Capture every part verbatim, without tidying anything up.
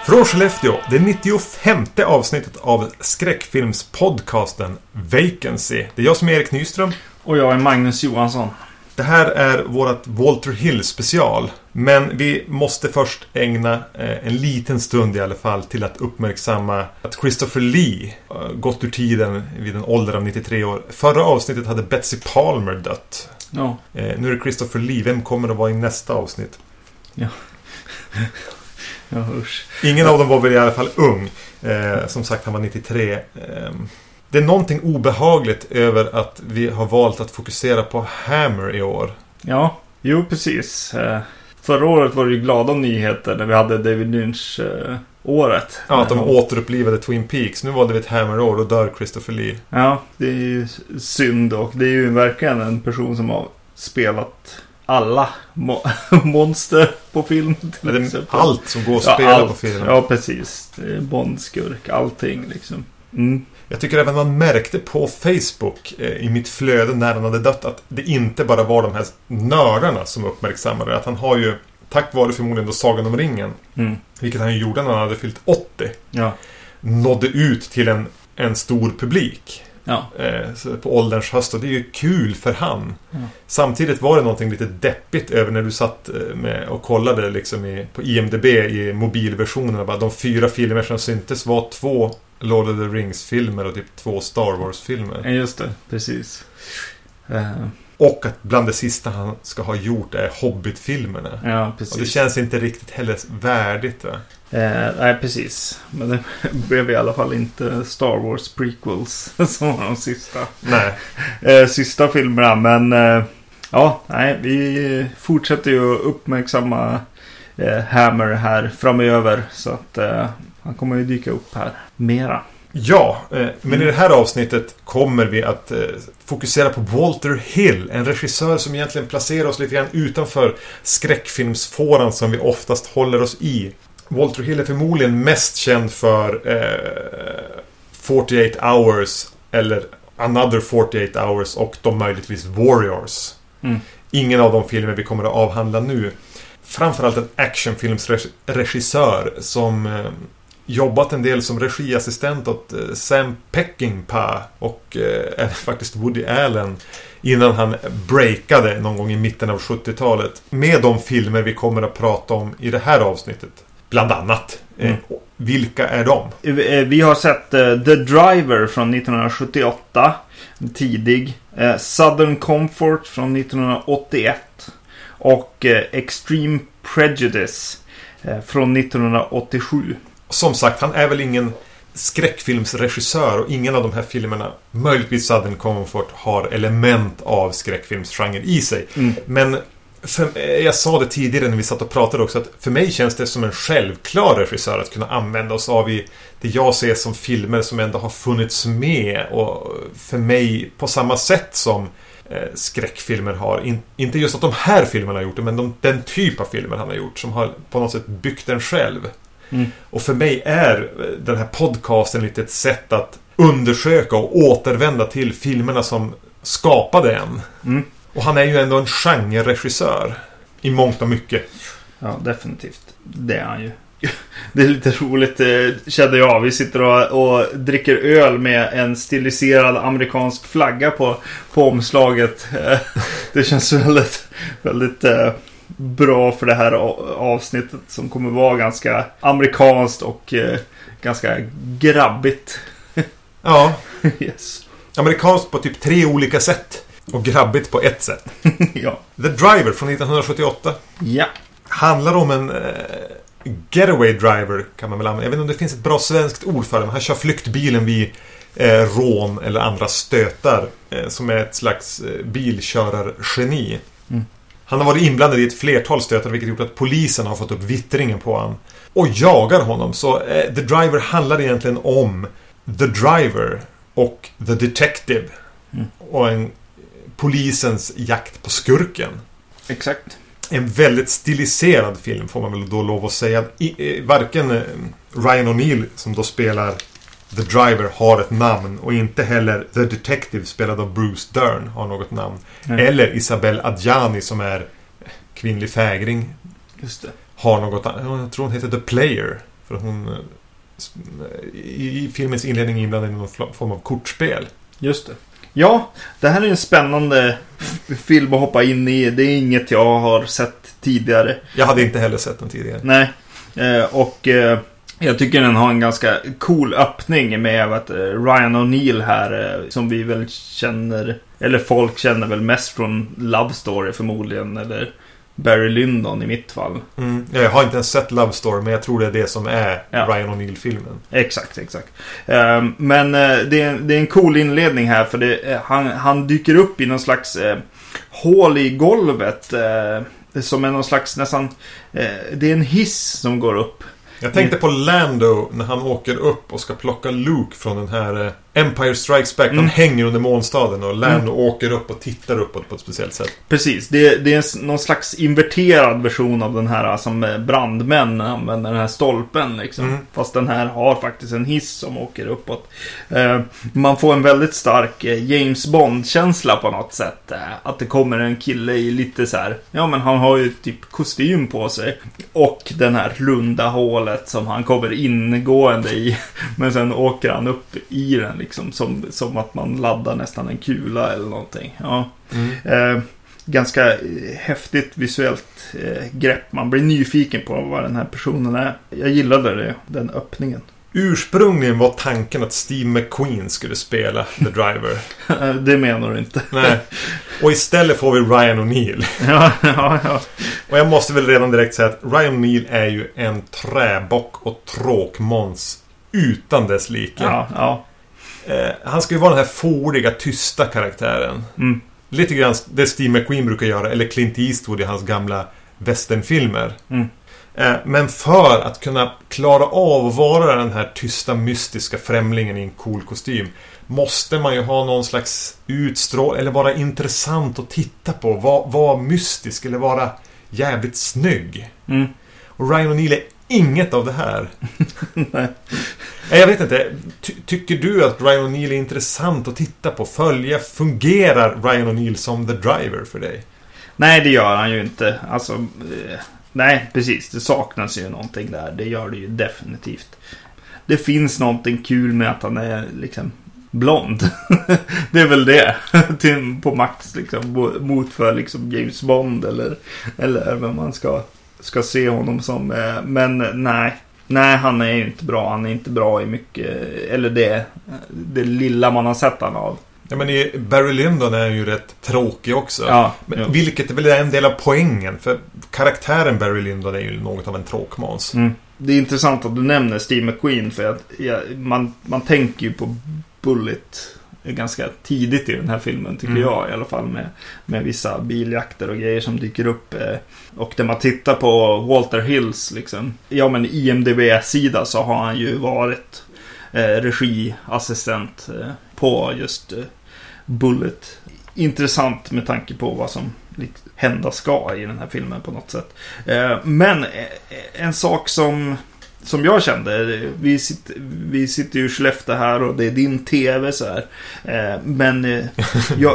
Från Skellefteå, det nittiofemte avsnittet av skräckfilmspodcasten Vacancy. Det är jag som är Erik Nyström. Och jag är Magnus Johansson. Det här är vårt Walter Hill special. Men vi måste först ägna eh, en liten stund i alla fall till att uppmärksamma att Christopher Lee eh, gått ur tiden vid en ålder av nittiotre år. Förra avsnittet hade Betsy Palmer dött. Ja. Eh, nu är det Christopher Lee. Vem kommer att vara i nästa avsnitt? Ja. Ja, usch. Ingen av dem var väl i alla fall ung. Eh, som sagt, han var nittiotre. Eh, det är någonting obehagligt över att vi har valt att fokusera på Hammer i år. Ja, jo precis. Eh, förra året var det ju glada nyheter när vi hade David Lynch eh, året. Ja, att de återupplivade Twin Peaks. Nu var det ett Hammer-år och dör Christopher Lee. Ja, det är ju synd, och det är ju verkligen en person som har spelat alla mo- monster på film till det exempel. Allt som går att Ja, spela allt. på film. Ja, precis. Det är Bondskurk, allting liksom. Mm. Jag tycker även man märkte på Facebook eh, i mitt flöde när han hade dött att det inte bara var de här nördarna som uppmärksammade. Att han har ju, tack vare förmodligen då Sagan om ringen, Mm. vilket han ju gjorde när han hade fyllt åttio, Ja. nådde ut till en, en stor publik. Ja. Eh, så på ålderns höst, och det är ju kul för han. Ja. Samtidigt var det någonting lite deppigt över när du satt eh, med och kollade liksom i, på I M D B i mobilversionerna. Bara, de fyra filmer som syntes var två Lord of the Rings-filmer och typ två Star Wars-filmer. Ja, just det. Precis. Uh, Och att bland det sista han ska ha gjort är Hobbit-filmerna. ja, precis. Och det känns inte riktigt heller värdigt, va? Uh, nej, precis. Men det blev i alla fall inte Star Wars prequels som var de sista. Nej. Uh, sista filmerna, men uh, ja, nej, vi fortsätter ju att uppmärksamma uh, Hammer här framöver, så att uh, han kommer ju dyka upp här mera. Ja, eh, men mm. i det här avsnittet kommer vi att eh, fokusera på Walter Hill, en regissör som egentligen placerar oss lite grann utanför skräckfilmsfåran som vi oftast håller oss i. Walter Hill är förmodligen mest känd för eh, fyrtioåtta hours eller Another fyrtioåtta hours och de möjligtvis Warriors. Mm. Ingen av de filmer vi kommer att avhandla nu. Framförallt en actionfilmsregissör som eh, jobbat en del som regiassistent åt eh, Sam Peckinpah och eh, faktiskt Woody Allen innan han breakade någon gång i mitten av sjuttiotalet med de filmer vi kommer att prata om i det här avsnittet. Bland annat. Mm. Eh, vilka är de? Vi har sett uh, The Driver från nittonhundrasjuttioåtta, tidig. Uh, Southern Comfort från nittonhundraåttioett och uh, Extreme Prejudice uh, från nittonhundraåttiosju. Som sagt, han är väl ingen skräckfilmsregissör och ingen av de här filmerna, möjligtvis Southern Comfort, har element av skräckfilmsgenre i sig. Mm. Men för, jag sa det tidigare när vi satt och pratade också, att för mig känns det som en självklar regissör att kunna använda oss av i det jag ser som filmer som ändå har funnits med och för mig på samma sätt som eh, skräckfilmer har. In, inte just att de här filmerna har gjort det, men de, den typ av filmer han har gjort som har på något sätt byggt den själv. Mm. Och för mig är den här podcasten lite ett sätt att undersöka och återvända till filmerna som skapade en. Mm. Och han är ju ändå en genre-regissör i mångt och mycket. Ja, definitivt. Det är han ju. Det är lite roligt, kände jag. Vi sitter och, och dricker öl med en stiliserad amerikansk flagga på, på omslaget. Det känns väldigt, väldigt bra för det här avsnittet som kommer vara ganska amerikanskt och ganska grabbigt. Ja. Yes. Amerikanskt på typ tre olika sätt. Och grabbigt på ett sätt. Ja. The Driver från nittonhundrasjuttioåtta. Ja. Handlar om en eh, getaway driver, kan man väl använda. Jag vet inte om det finns ett bra svenskt ord för det. Men han kör flyktbilen vid eh, rån eller andra stötar. Eh, som är ett slags eh, bilkörargeni. Mm. Han har varit inblandad i ett flertal stötar, vilket gjort att polisen har fått upp vittringen på han. Och jagar honom. Så eh, The Driver handlar egentligen om The Driver och The Detective. Mm. Och en polisens jakt på skurken. Exakt. En väldigt stiliserad film får man väl då lov att säga. I, eh, varken eh, Ryan O'Neal som då spelar The Driver har ett namn, och inte heller The Detective spelad av Bruce Dern har något namn. Mm. Eller Isabelle Adjani som är kvinnlig fägring. Just det. Har något annat. Jag tror hon heter The Player För hon i, i filmens inledning är inblandad i någon form av kortspel. Just det. Ja, det här är en spännande film att hoppa in i. Det är inget jag har sett tidigare. Jag hade inte heller sett den tidigare. Nej, eh, och eh, jag tycker den har en ganska cool öppning med att Ryan O'Neal här, eh, som vi väl känner, eller folk känner väl mest från Love Story förmodligen, eller Barry Lyndon i mitt fall. Mm. Jag har inte ens sett Love Story, men jag tror det är det som är ja. Ryan O'Neal-filmen. Exakt, exakt. Um, men uh, det, är, det är en cool inledning här, för det, uh, han, han dyker upp i någon slags uh, hål i golvet. Uh, som är någon slags nästan... Uh, det är en hiss som går upp. Jag tänkte på Lando när han åker upp och ska plocka Luke från den här uh, Empire Strikes Back. Mm. De hänger under månstaden och Lando mm. åker upp och tittar uppåt på ett speciellt sätt. Precis, det, det är någon slags inverterad version av den här som brandmän använder, den här stolpen liksom. Mm. Fast den här har faktiskt en hiss som åker uppåt. Uh, man får en väldigt stark uh, James Bond-känsla på något sätt. Uh, att det kommer en kille i lite så här, ja men han har ju typ kostym på sig. Och den här runda hålet som han kommer ingående i. Men sen åker han upp i den liksom, som, som att man laddar nästan en kula eller någonting. Ja. Mm. Eh, ganska häftigt visuellt eh, grepp. Man blir nyfiken på vad den här personen är. Jag gillade det, den öppningen. Ursprungligen var tanken att Steve McQueen skulle spela The Driver. Det menar du inte. Nej. Och istället får vi Ryan O'Neal. Ja, ja, ja. Och jag måste väl redan direkt säga att Ryan O'Neal är ju en träbock och tråkmåns utan dess like. Ja, ja. Eh, han ska ju vara den här fåriga, tysta karaktären. Mm. Lite grann det Steve McQueen brukar göra, eller Clint Eastwood i hans gamla westernfilmer. Mm. Eh, men för att kunna klara av att vara den här tysta, mystiska främlingen i en cool kostym måste man ju ha någon slags utstrål eller vara intressant att titta på. Vara var mystisk eller vara jävligt snygg. Mm. Och Ryan O'Neal är inget av det här. Nej. Jag vet inte, Ty- tycker du att Ryan O'Neal är intressant att titta på? Följa, fungerar Ryan O'Neal som The Driver för dig? Nej, det gör han ju inte. Alltså, eh, nej, precis. Det saknas ju någonting där. Det gör det ju definitivt. Det finns någonting kul med att han är liksom blond. Det är väl det. Till, på max liksom, mot för liksom James Bond eller, eller vad man ska, ska se honom som. Eh, men nej. Nej, han är ju inte bra. Han är inte bra i mycket, eller det, det lilla man har sett han av. Ja, men i Barry Lyndon är ju rätt tråkig också. Ja, men, ja. Vilket är väl en del av poängen. För karaktären Barry Lyndon är ju något av en tråkmåns. Mm. Det är intressant att du nämner Steve McQueen. För att ja, man, man tänker ju på Bullet ganska tidigt i den här filmen, tycker mm. jag i alla fall, med, med vissa biljakter och grejer som dyker upp. Eh, och när man tittar på Walter Hills liksom, ja men I M D B-sida så har han ju varit eh, regiassistent eh, på just eh, Bullet. Intressant med tanke på vad som liksom hända ska i den här filmen på något sätt. Eh, men eh, en sak som Som jag kände, vi sitter, vi sitter ju i Skellefteå här och det är din tv så här. Eh, men eh, jag...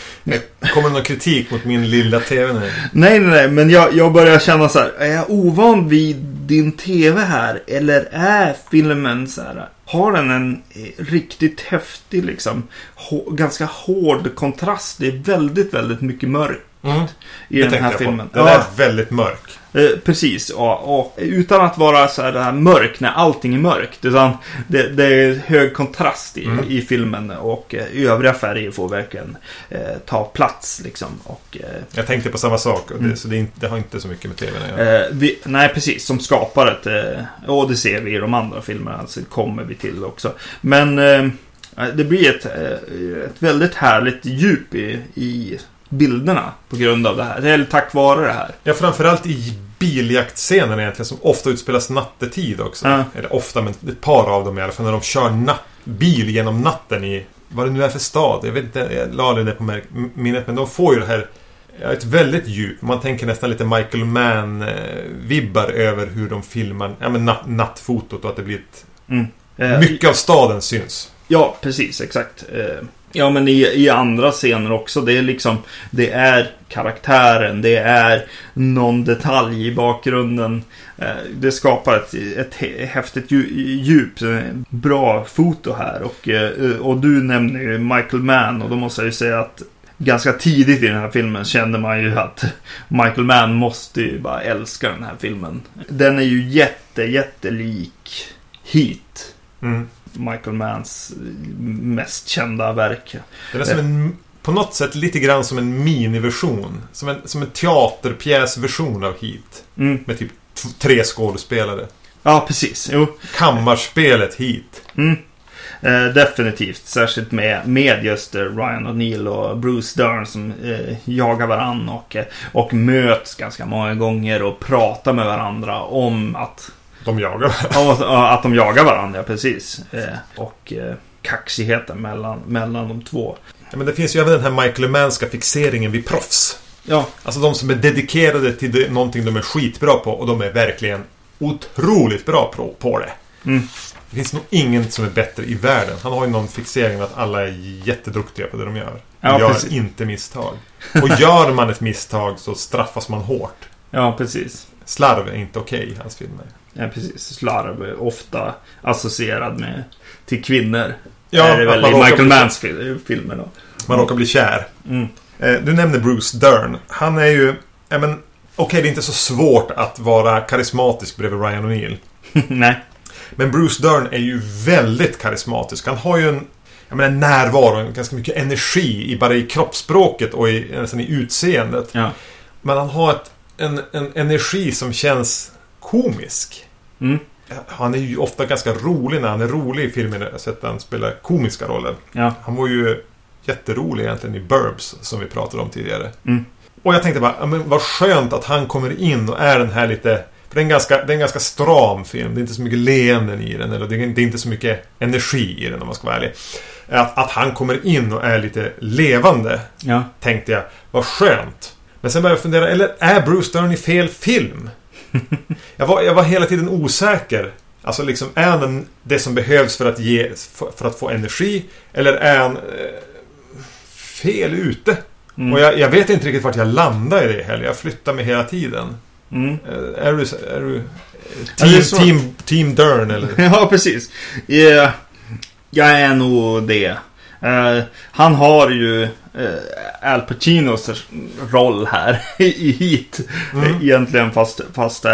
Kommer det någon kritik mot min lilla tv nu? Nej, nej, nej, men jag, jag börjar känna så här, är jag ovan vid din tv här? Eller är filmen så här, har den en riktigt häftig liksom, hå, ganska hård kontrast? Det är väldigt, väldigt mycket mörkt mm. i det den här filmen. Den är väldigt mörk. Eh, precis, och, och utan att vara så här, det här mörk när allting är mörkt, utan det, det är hög kontrast i, mm. i filmen, och eh, övriga färger får verkligen eh, ta plats liksom, och, eh, jag tänkte på samma sak, och det, mm. så det, det har inte så mycket med tvn att göra. eh, vi, Nej, precis, som skaparet eh, och det ser vi i de andra filmerna, alltså kommer vi till också, men eh, det blir ett, ett väldigt härligt djup i, i bilderna på grund av det här, eller tack vare det här. Ja, framförallt i biljaktscenen egentligen, som ofta utspelas nattetid också. Ja. Eller ofta, men ett par av dem i alla fall, när de kör natt, bil genom natten i vad det nu är för stad. Jag vet inte, jag la det på minnet, men de får ju det här, ja, ett väldigt djup. Man tänker nästan lite Michael Mann-vibbar över hur de filmar, ja, men natt, nattfotot, och att det blir ett, mm. mycket av staden syns. Ja, precis, exakt. Ja, men i, i andra scener också. Det är liksom, det är karaktären, det är någon detalj i bakgrunden. Det skapar ett, ett häftigt djup, bra foto här. Och, och du nämner ju Michael Mann, och då måste jag ju säga att ganska tidigt i den här filmen kände man ju att Michael Mann måste ju bara älska den här filmen. Den är ju jätte, jättelik Heat. Mm. Michael Manns mest kända verk. Det är som en, på något sätt lite grann som en miniversion. Som en, som en teaterpjäsversion av Heat. Mm. Med typ t- tre skådespelare. Ja, precis. Jo. Kammarspelet Heat. Mm. Eh, definitivt. Särskilt med, med just Ryan O'Neal och Bruce Dern som eh, jagar varann och, och möts ganska många gånger och pratar med varandra om att de jagar. Ja, att de jagar varandra, ja, precis. Eh, och eh, kaxigheten mellan, mellan de två. Ja, men det finns ju även den här Michael Mannska fixeringen vid proffs. Ja. Alltså de som är dedikerade till det, någonting de är skitbra på, och de är verkligen otroligt bra på, på det. Mm. Det finns nog ingen som är bättre i världen. Han har ju någon fixering att alla är jätteduktiga på det de gör. Ja, gör precis. Inte misstag. Och gör man ett misstag så straffas man hårt. Ja, precis. Slarv är inte okej i hans filmer. Ja, precis. Slarv är ofta associerad med till kvinnor. Ja, är det väl i Michael Manns fil- filmer då. Man råkar bli kär. Mm. Du nämnde Bruce Dern. Han är ju... Ja, men, okej, det är inte så svårt att vara karismatisk bredvid Ryan O'Neal. Nej. Men Bruce Dern är ju väldigt karismatisk. Han har ju en, jag menar, närvaro, en ganska mycket energi i, bara i kroppsspråket och i, nästan i utseendet. Ja. Men han har ett, en, en energi som känns komisk. Mm. Han är ju ofta ganska rolig när han är rolig i filmen. Jag har sett att han spelar komiska roller. Ja. Han var ju jätterolig egentligen i Burbs som vi pratade om tidigare. Mm. Och jag tänkte bara, men vad skönt att han kommer in och är den här lite... För det är en ganska, det är en ganska stram film. Det är inte så mycket leenden i den. Eller det är inte så mycket energi i den, om man ska vara ärlig. Att, att han kommer in och är lite levande. Ja. Tänkte jag, vad skönt. Men sen började jag fundera, eller är Bruce Dern i fel film? jag, var, jag var hela tiden osäker. Alltså liksom, är han det som behövs för att, ge, för, för att få energi? Eller är han eh, fel ute? Mm. Och jag, jag vet inte riktigt vart jag landar i det heller. Jag flyttar mig hela tiden. Mm. Är du, är du team, är team, team Dern eller? Ja, precis. Yeah, jag är nog det. Uh, han har ju uh, Al Pacinos roll här i Heat. Mm. Egentligen fast, fast uh,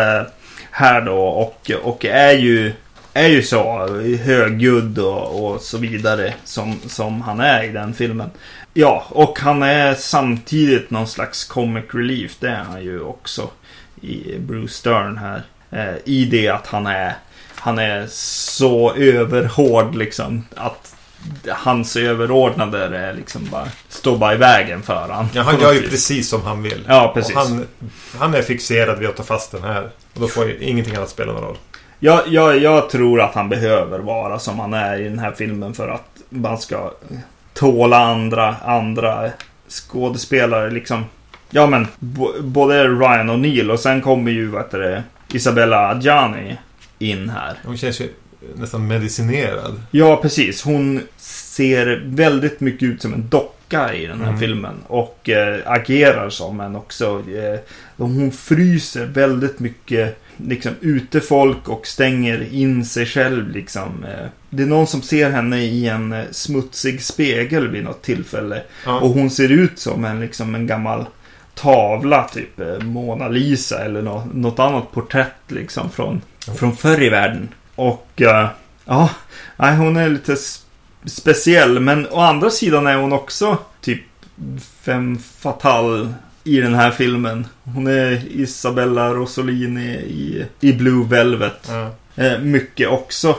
här då. Och, och är ju är ju så högljudd och, och så vidare som, som han är i den filmen. Ja, och han är samtidigt någon slags comic relief. Det är han ju också i Bruce Dern här. Eh, I det att han är han är så överhård liksom att hans överordnade är liksom bara står bara i vägen för han. Ja, han gör ju precis som han vill. Ja, precis. Och han, han är fixerad vid att ta fast den här. Och då får ju ingenting annat spela någon roll. Jag, jag, jag tror att han behöver vara som han är i den här filmen för att man ska tåla andra andra skådespelare liksom. Ja, men b- både Ryan O'Neal och sen kommer ju vad heter det, Isabella Adjani in här. Hon känns ju nästan medicinerad. Ja, precis. Hon ser väldigt mycket ut som en docka i den här mm. filmen och äh, agerar som en också. Äh, hon fryser väldigt mycket liksom ute folk och stänger in sig själv liksom. Det är någon som ser henne i en smutsig spegel vid något tillfälle. Ja. Och hon ser ut som en, liksom en gammal tavla, typ Mona Lisa eller något, något annat porträtt liksom från, från förr i världen. Och uh, ja, nej, hon är lite speciell, men å andra sidan är hon också typ femme fatale i den här filmen. Hon är Isabella Rossellini i, i Blue Velvet. Ja. Eh, mycket också.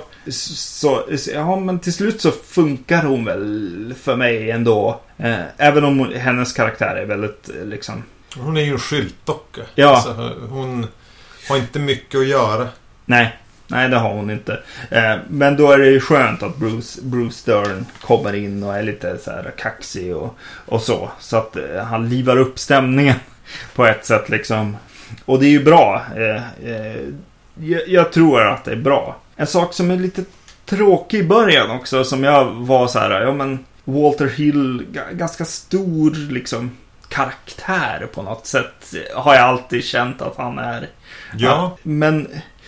Så, ja, men till slut så funkar hon väl för mig ändå. Eh, även om hon, hennes karaktär är väldigt liksom... Hon är ju en skyltdocka. Ja. Alltså, hon har inte mycket att göra. Nej. Nej, det har hon inte. Eh, men då är det ju skönt att Bruce, Bruce Dern kommer in och är lite så här kaxig och, och så. Så att eh, han livar upp stämningen på ett sätt liksom. Och det är ju bra. Eh, eh, jag, jag tror att det är bra. En sak som är lite tråkig i början också, som jag var så här, ja men Walter Hill g- ganska stor liksom karaktär på något sätt, har jag alltid känt att han är. Ja. Men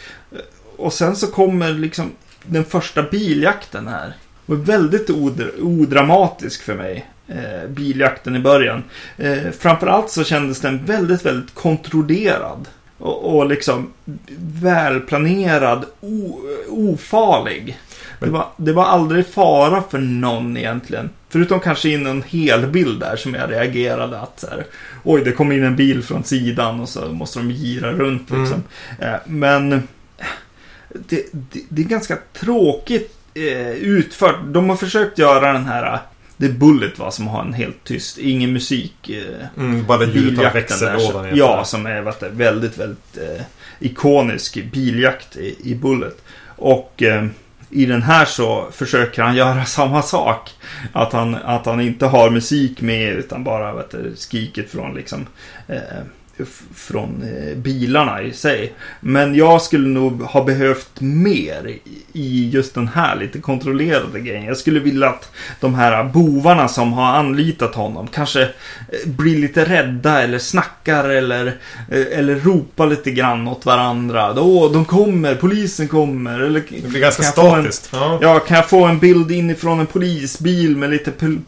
och sen så kommer liksom den första biljakten här. Och väldigt odr- odramatisk för mig. Eh, biljakten i början. Eh, framförallt så kändes den väldigt, väldigt kontrollerad. Och, och liksom välplanerad, o, ofarlig. Det var, det var aldrig fara för någon egentligen. Förutom kanske in en hel bild där som jag reagerade att så här, oj, det kom in en bil från sidan och så måste de gira runt liksom. Mm. Eh, men det, det, det är ganska tråkigt eh, utfört. De har försökt göra den här, det är Bullet va, som har en helt tyst, ingen musik. Eh, mm, bara ljudet av växellådan. Där, ja, som är vet, väldigt, väldigt eh, ikonisk biljakt i, i Bullet. Och eh, i den här så försöker han göra samma sak. Att han, att han inte har musik med utan bara vet du, skriket från liksom eh, f- från eh, bilarna i sig. Men jag skulle nog ha behövt mer i, i just den här lite kontrollerade grejen. Jag skulle vilja att de här bovarna som har anlitat honom kanske eh, blir lite rädda eller snackar eller, eh, eller ropar lite grann åt varandra. Åh, de kommer, polisen kommer. Eller, det blir ganska statiskt. En, ja. ja, kan jag få en bild inifrån en polisbil med lite pol-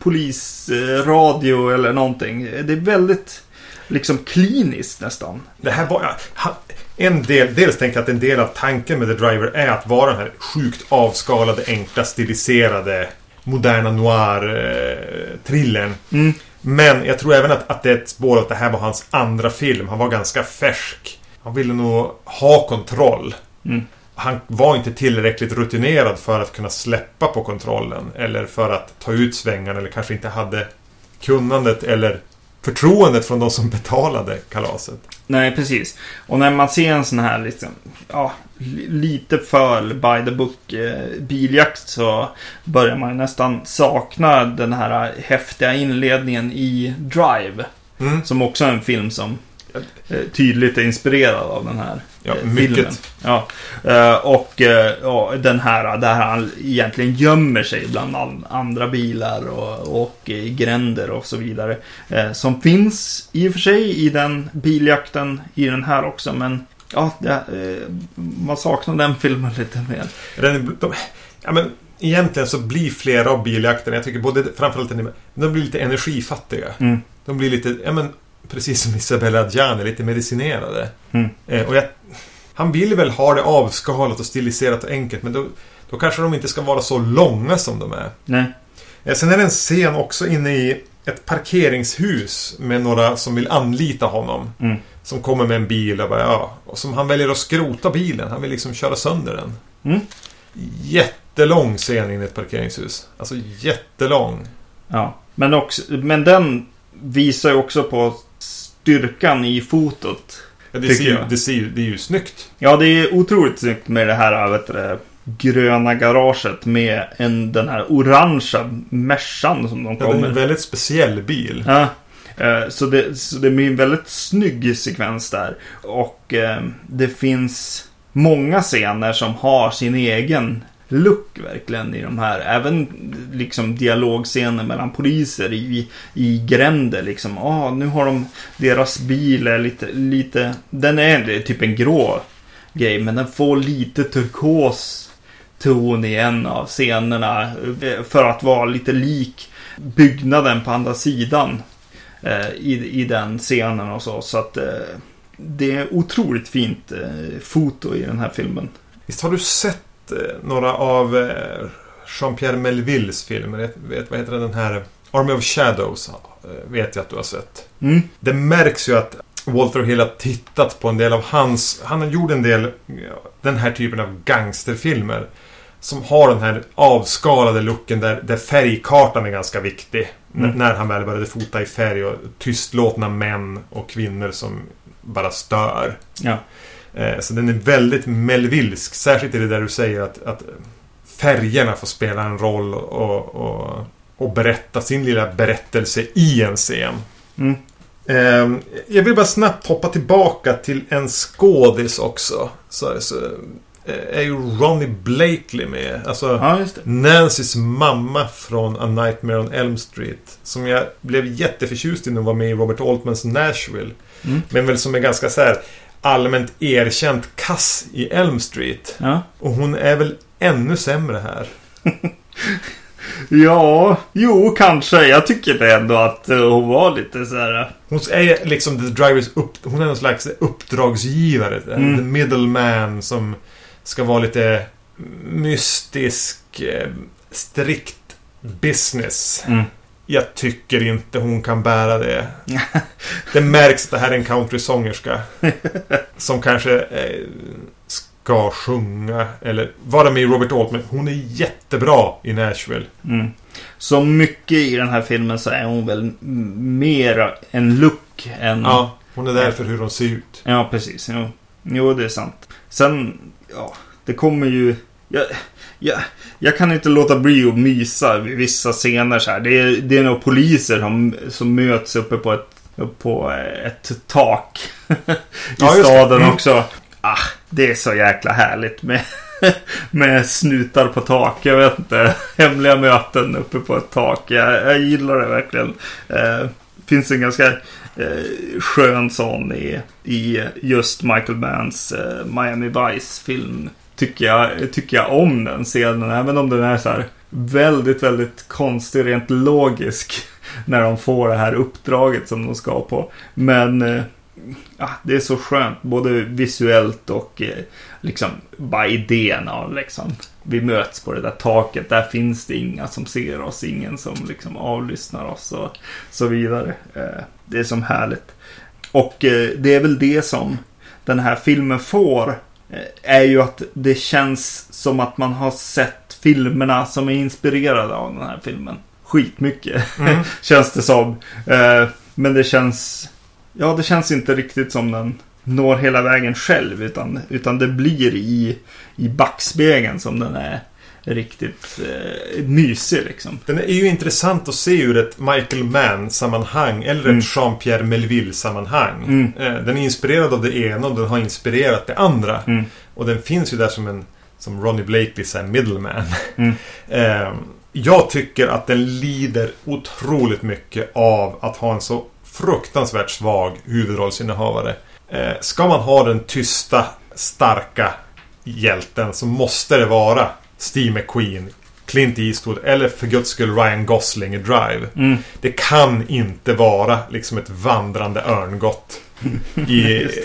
polisradio eller någonting. Det är väldigt liksom kliniskt nästan. Det här var en del, dels tänker jag att en del av tanken med The Driver är att vara den här sjukt avskalade, enkla, stiliserade, moderna noir-thrillern. Mm. Men jag tror även att, att det är ett spår att det här var hans andra film. Han var ganska färsk. Han ville nog ha kontroll. Mm. Han var inte tillräckligt rutinerad för att kunna släppa på kontrollen. Eller för att ta ut svängarna. Eller kanske inte hade kunnandet eller förtroendet från de som betalade kalaset. Nej, precis. Och när man ser en sån här liksom, ja, lite för by the book eh, biljakt så börjar man nästan sakna den här häftiga inledningen i Drive. Mm. Som också är en film som eh, tydligt är inspirerad av den här ja, eh, mycket. filmen. Ja, eh, och eh, den här där han egentligen gömmer sig bland all, andra bilar och, och i gränder och så vidare. Eh, som finns i och för sig i den biljakten i den här också, men ja, det, eh, man saknar den filmen lite mer. Den, de, ja, men egentligen så blir flera av biljakterna, jag tycker både framförallt den, de blir lite energifattiga. Mm. De blir lite, ja men precis som Isabella Adjani, lite medicinerade. Mm. Eh, och jag, han vill väl ha det avskalat och stiliserat och enkelt, men då, då kanske de inte ska vara så långa som de är. Nej. Eh, sen är det en scen också inne i ett parkeringshus med några som vill anlita honom. Mm. Som kommer med en bil och, bara, ja, och som han väljer att skrota bilen. Han vill liksom köra sönder den. Mm. Jättelång scen in i ett parkeringshus. Alltså jättelång. Ja, men, också, men den visar ju också på styrkan i fotot. Ja, det, ser ju, det, ser ju, det är ju snyggt. Ja, det är otroligt snyggt med det här vet du, gröna garaget med en, den här orangea Mercan som de kommer. Ja, det är en väldigt speciell bil. Ja, så det, så det blir en väldigt snygg sekvens där. Och eh, det finns många scener som har sin egen look verkligen i de här. Även liksom dialogscener mellan poliser i, i gränder liksom. Ah, nu har de deras bil är lite, lite den är typ en grå grej, men den får lite turkos ton i en av scenerna för att vara lite lik byggnaden på andra sidan eh, i, i den scenen och så. Så att eh, det är otroligt fint eh, foto i den här filmen. Visst har du sett några av Jean-Pierre Melvilles filmer? Vet, vad heter den här? Army of Shadows vet jag att du har sett. Mm. Det märks ju att Walter Hill har tittat på en del av hans... Han har gjort en del den här typen av gangsterfilmer som har den här avskalade looken där, där färgkartan är ganska viktig. Mm. N- när han väl började fota i färg och tystlåtna män och kvinnor som bara stör. Ja. Så den är väldigt melvilsk. Särskilt i det där du säger att, att färgerna får spela en roll och, och, och berätta sin lilla berättelse i en scen. Mm. Jag vill bara snabbt hoppa tillbaka till en skådis också. Så, så, är ju Ronnie Blakely med. Alltså ja, just det. Nancys mamma från A Nightmare on Elm Street. Som jag blev jätteförtjust i när hon var med i Robert Altmans Nashville. Mm. Men väl som är ganska så här allmänt erkänt kass i Elm Street. Ja. Och hon är väl ännu sämre här. Ja, jo kanske. Jag tycker det ändå att hon var lite så här. Hon är liksom the drivers upp, hon är någon slags uppdragsgivare, mm. the middleman som ska vara lite mystisk, strikt business. Mm. Jag tycker inte hon kan bära det. Det märks att det här är en countrysångerska som kanske eh, ska sjunga eller vara med i Robert Altman. Hon är jättebra i Nashville. Mm. Så mycket i den här filmen så är hon väl mer en look än... Ja, hon är där för hur hon ser ut. Ja, precis. Jo, jo det är sant. Sen, ja, det kommer ju... Jag, jag, jag kan inte låta bli att mysa vid vissa scener så här. Det är, det är några poliser som, som möts uppe på ett, på ett tak i ja, staden mm. också. Ah, det är så jäkla härligt med, med snutar på tak. Jag vet inte, hemliga möten uppe på ett tak. Jag, jag gillar det verkligen. Eh, finns en ganska eh, skön sån i, i just Michael Manns eh, Miami Vice-film. Tycker jag, tycker jag om den scenen. Även om den är så här väldigt, väldigt konstig, rent logisk. När de får det här uppdraget som de ska på. Men... Eh, ja, det är så skönt, både visuellt och eh, liksom bara idén av liksom, vi möts på det där taket, där finns det inga som ser oss, ingen som liksom avlyssnar oss och så vidare. Eh, det är som härligt. Och eh, det är väl det som den här filmen får, eh, är ju att det känns som att man har sett filmerna som är inspirerade av den här filmen. Skitmycket, mm. känns det som. Eh, men det känns... Ja, det känns inte riktigt som den når hela vägen själv, utan, utan det blir i, i backspegeln som den är riktigt eh, mysig liksom. Den är ju intressant att se ur ett Michael Mann-sammanhang eller mm. ett Jean-Pierre Melville-sammanhang. Mm. Eh, den är inspirerad av det ena och den har inspirerat det andra. Mm. Och den finns ju där som en som Ronnie Blakely säger, middleman. Mm. eh, jag tycker att den lider otroligt mycket av att ha en så fruktansvärt svag huvudrollsinnehavare. Eh, ska man ha den tysta, starka hjälten så måste det vara Steve McQueen, Clint Eastwood eller för guds skull Ryan Gosling i Drive. Mm. Det kan inte vara liksom ett vandrande örngott i,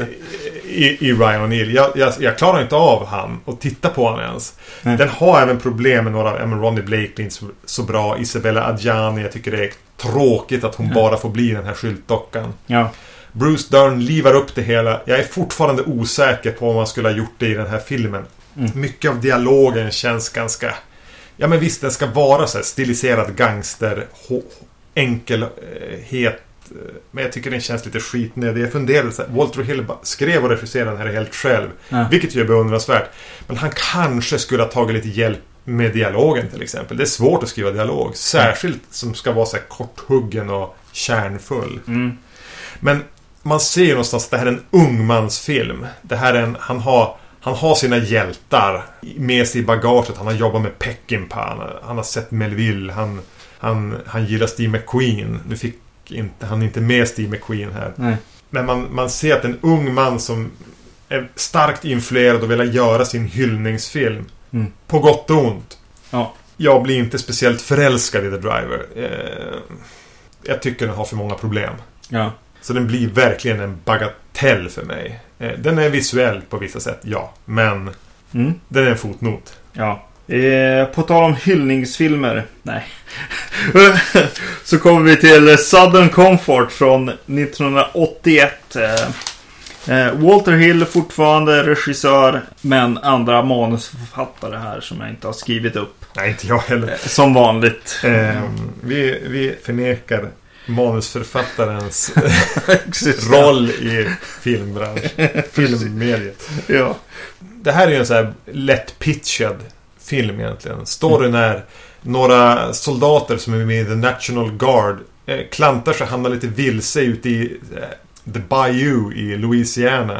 i, i Ryan O'Neill. Jag, jag, jag klarar inte av han och titta på han ens. Mm. Den har även problem med några, även Ronnie Blakely inte så, så bra, Isabella Adjani, jag tycker det är tråkigt att hon mm. bara får bli den här skyltdockan. Ja. Bruce Dern livar upp det hela. Jag är fortfarande osäker på om man skulle ha gjort det i den här filmen. Mm. Mycket av dialogen känns ganska... Ja, men visst, den ska vara så här stiliserad gangster, ho- enkelhet. Men jag tycker den känns lite skitnödig. Jag funderade så här, Walter Hill skrev och regisserade den här helt själv. Ja. Vilket ju är beundransvärt. Men han kanske skulle ha tagit lite hjälp med dialogen till exempel. Det är svårt att skriva dialog. Särskilt som ska vara så här korthuggen och kärnfull. Mm. Men man ser ju någonstans att det här är en ungmansfilm. Det här är en, han har han har sina hjältar med sig i bagaget. Han har jobbat med Peckinpah. Han har, han har sett Melville. Han, han, han gillar Steve McQueen. Nu fick inte, han är inte med Steve McQueen här. Nej. Men man, man ser att en ung man som är starkt influerad och vill göra sin hyllningsfilm. Mm. På gott och ont. Ja. Jag blir inte speciellt förälskad i The Driver. Eh, jag tycker den har för många problem. Ja. Så den blir verkligen en bagatell för mig. Eh, den är visuell på vissa sätt, ja. Men mm. den är en fotnot. Ja. Eh, på tal om hyllningsfilmer. Nej. Så kommer vi till Southern Comfort från nittonhundraåttioett. Eh, Walter Hill fortfarande regissör, men andra manusförfattare här som jag inte har skrivit upp. Nej, inte jag heller. Eh, som vanligt. Eh, vi, vi förnekar manusförfattarens roll i filmbranschen, filmmediet. Ja. Det här är ju en så här lätt pitchad film egentligen. Storyn är några soldater som är med i The National Guard eh, klantar sig, hamnar lite vilse ute i eh, The Bayou i Louisiana.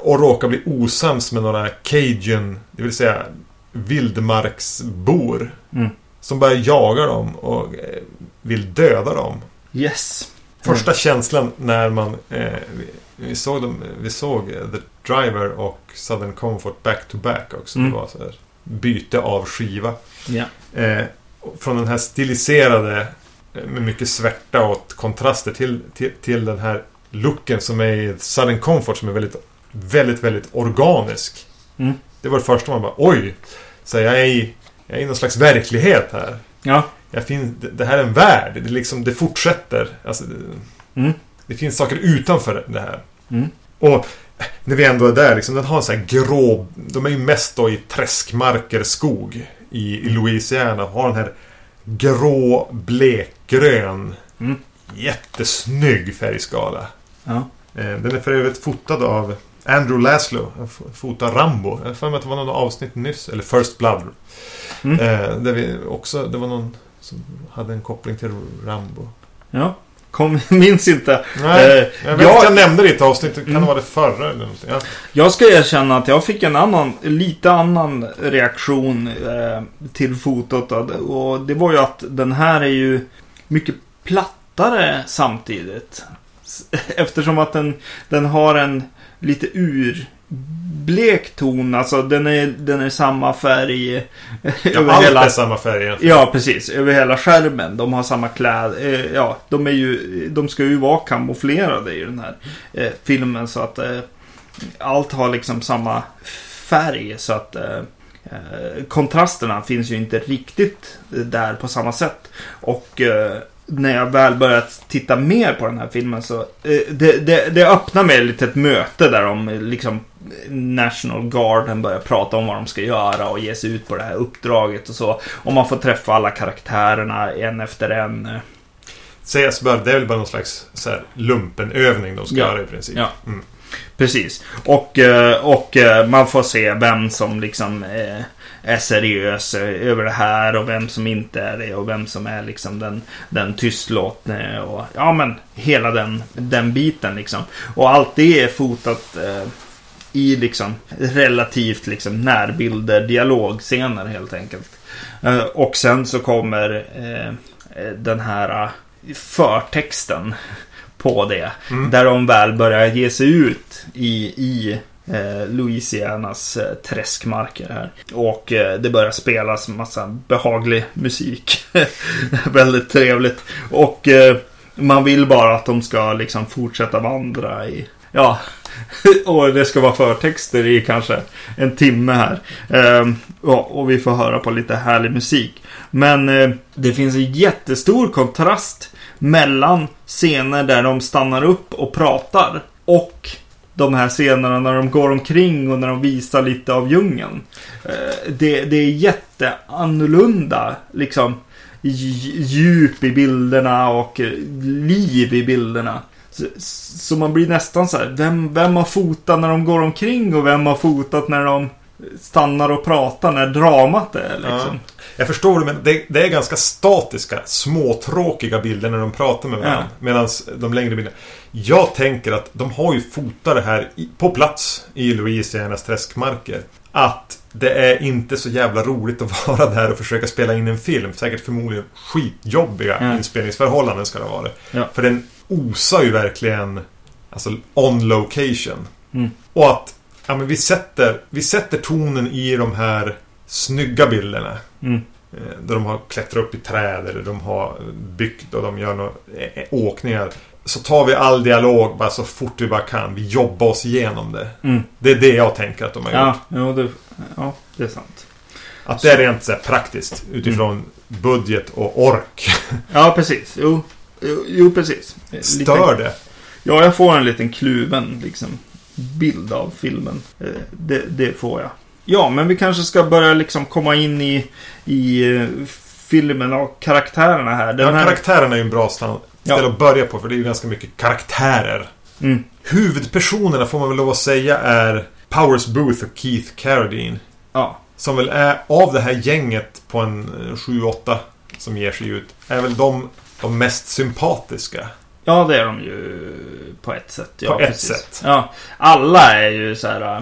och råkar bli osams med några Cajun, det vill säga vildmarksbor, mm. som börjar jaga dem och vill döda dem. Yes. Första mm. känslan när man eh, vi, vi såg dem, vi såg The Driver och Southern Comfort back to back också. Mm. Det var så här byte av skiva. Yeah. Eh, från den här stiliserade med mycket svärta och kontraster till, till, till den här looken som är i Southern Comfort, som är väldigt väldigt, väldigt organisk. Mm. Det var det första man bara, oj, så jag är i, jag är i någon slags verklighet här. Ja. Jag fin, det, det här är en värld. Det, liksom, det fortsätter. Alltså, det, mm. det finns saker utanför det här. Mm. Och när vi ändå är där, liksom, den har en sån här grå, de är ju mest då i träskmarker, skog i, i Louisiana, och har den här grå, blekgrön, mm. jättesnygg färgskala. Ja. Den är för övrigt fotad av Andrew Laszlo, fotar Rambo. Jag får mig att det var någon avsnitt nyss, eller First Blood. Mm. Eh, där vi också, det var någon som hade en koppling till Rambo. Ja, kom, minns inte. Nej, eh, jag vet jag, jag nämnde det i ett avsnitt, kan mm. det vara det förra eller någonting. Ja. Jag ska erkänna att jag fick en annan, lite annan reaktion eh, till fotot. Och det var ju att den här är ju mycket plattare samtidigt. Eftersom att den, den har en lite urblek ton. Alltså den är, den är samma färg. Ja, över allt hela, är samma färg. Ja, precis. Över hela skärmen. De har samma kläder. Ja, de, är ju, de ska ju vara kamouflerade i den här eh, filmen. Så att eh, allt har liksom samma färg. Så att eh, kontrasterna finns ju inte riktigt där på samma sätt. Och eh, när jag väl börjat titta mer på den här filmen så eh, det, det, det öppnar med ett litet möte där de liksom National Guarden börjar prata om vad de ska göra och ge sig ut på det här uppdraget och så. Och man får träffa alla karaktärerna en efter en. Sägas bör, det är väl bara någon slags så här lumpenövning de ska ja. göra i princip. Ja. Mm. Precis. Och, och man får se vem som liksom är seriös över det här och vem som inte är det och vem som är liksom den, den tystlåtne och ja men hela den, den biten liksom. Och allt det är fotat eh, i liksom relativt liksom närbilder, dialogscener helt enkelt. Eh, och sen så kommer eh, den här förtexten på det. Mm. Där de väl börjar ge sig ut i, i eh, Louisianas eh, träskmarker här. Och eh, det börjar spelas massa behaglig musik. Väldigt trevligt. Och eh, man vill bara att de ska liksom fortsätta vandra i... Ja, och det ska vara förtexter i kanske en timme här. Eh, och, och vi får höra på lite härlig musik. Men eh, det finns en jättestor kontrast mellan scener där de stannar upp och pratar och de här scenerna när de går omkring och när de visar lite av djungeln. Det, det är jätteannorlunda liksom djup i bilderna och liv i bilderna. Så, så man blir nästan så här, vem, vem har fotat när de går omkring och vem har fotat när de stannar och pratar när dramat är liksom. Ja. Jag förstår det, men det, det är ganska statiska, småtråkiga bilder när de pratar med varandra. Ja. Medan de längre bilderna. Jag tänker att de har ju fotat det här i, på plats i Louisianas träskmarker. Att det är inte så jävla roligt att vara där och försöka spela in en film. Säkert förmodligen skitjobbiga ja. inspelningsförhållanden ska det vara. Ja. För den osar ju verkligen alltså on location. Mm. Och att ja, men vi, sätter, vi sätter tonen i de här snygga bilderna. Mm. Där de har klättrat upp i träd eller de har byggt och de gör några åkningar. Så tar vi all dialog bara så fort vi bara kan. Vi jobbar oss igenom det. Mm. Det är det jag tänker att de har ja, gjort. Ja, det, ja, det är sant. Att det är rent så här praktiskt utifrån mm. budget och ork. Ja, precis. Jo, jo, jo precis. Stör liten, det? Ja, jag får en liten kluven liksom, bild av filmen. Det, det får jag. Ja, men vi kanske ska börja liksom komma in i, i filmen och karaktärerna här. Den ja, här... karaktärerna är ju en bra ställe ja. att börja på, för det är ju ganska mycket karaktärer. Mm. Huvudpersonerna får man väl lov att säga är Powers Booth och Keith Carradine. Ja. Som väl är av det här gänget på en sju åtta som ger sig ut. Är väl de, de mest sympatiska. Ja, det är de ju på ett sätt. Ja, på ett precis. sätt. Ja, alla är ju så här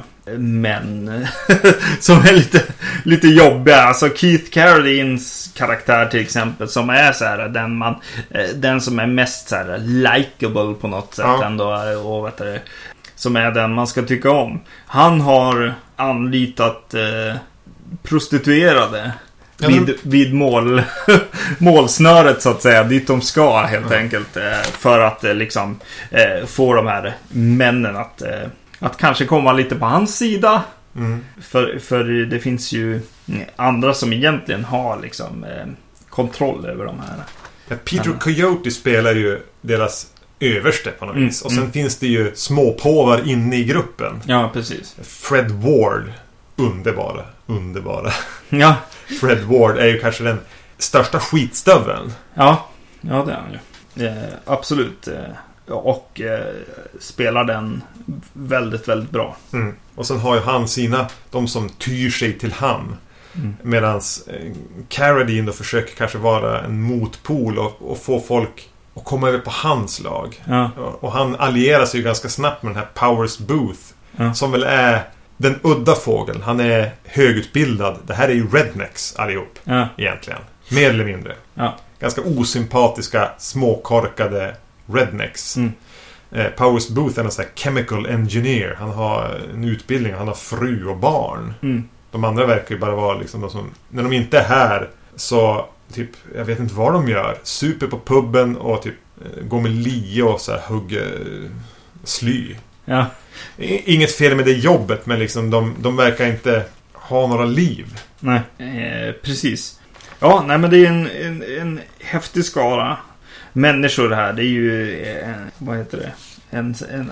män som är lite, lite jobbiga. Alltså Keith Carradines karaktär till exempel, som är så här den man, den som är mest så här likable på något sätt ja. ändå, och vet du, som är den man ska tycka om. Han har anlitat eh, prostituerade ja, men... vid, vid mål målsnöret så att säga, dit de ska helt ja. enkelt eh, för att eh, liksom eh, få de här männen att eh, att kanske komma lite på hans sida. Mm. För, för det finns ju andra som egentligen har liksom eh, kontroll över de här. Ja, Peter mm. Coyote spelar ju deras överste på något vis. Mm. Och sen mm. finns det ju småpåvar inne i gruppen. Ja, precis. Fred Ward. Underbara. Underbara. Ja. Fred Ward är ju kanske den största skitstöveln. Ja, ja det är han ju. Eh, absolut. Eh. Och eh, spelar den väldigt, väldigt bra. Mm. Och sen har ju han sina, de som tyr sig till han. Mm. Medan eh, Carradine då försöker kanske vara en motpol och, och få folk att komma över på hans lag. Ja. Och, och han allierar sig ju ganska snabbt med den här Powers Booth. Ja. Som väl är den udda fågeln. Han är högutbildad. Det här är ju rednecks allihop. Ja. Egentligen. Mer eller mindre. Ja. Ganska osympatiska, småkorkade rednecks. Mm. Eh, Powers Booth är en sån här chemical engineer. Han har en utbildning, han har fru och barn. Mm. De andra verkar ju bara vara liksom de som, när de inte är här så typ, jag vet inte vad de gör. Super på pubben och typ eh, går med lie och så här hugger eh, sly. Ja. Inget fel med det jobbet, men liksom de, de verkar inte ha några liv. Nej, eh, precis. Ja, nej men det är en, en, en häftig skara människor här. Det är ju en, vad heter det? En, en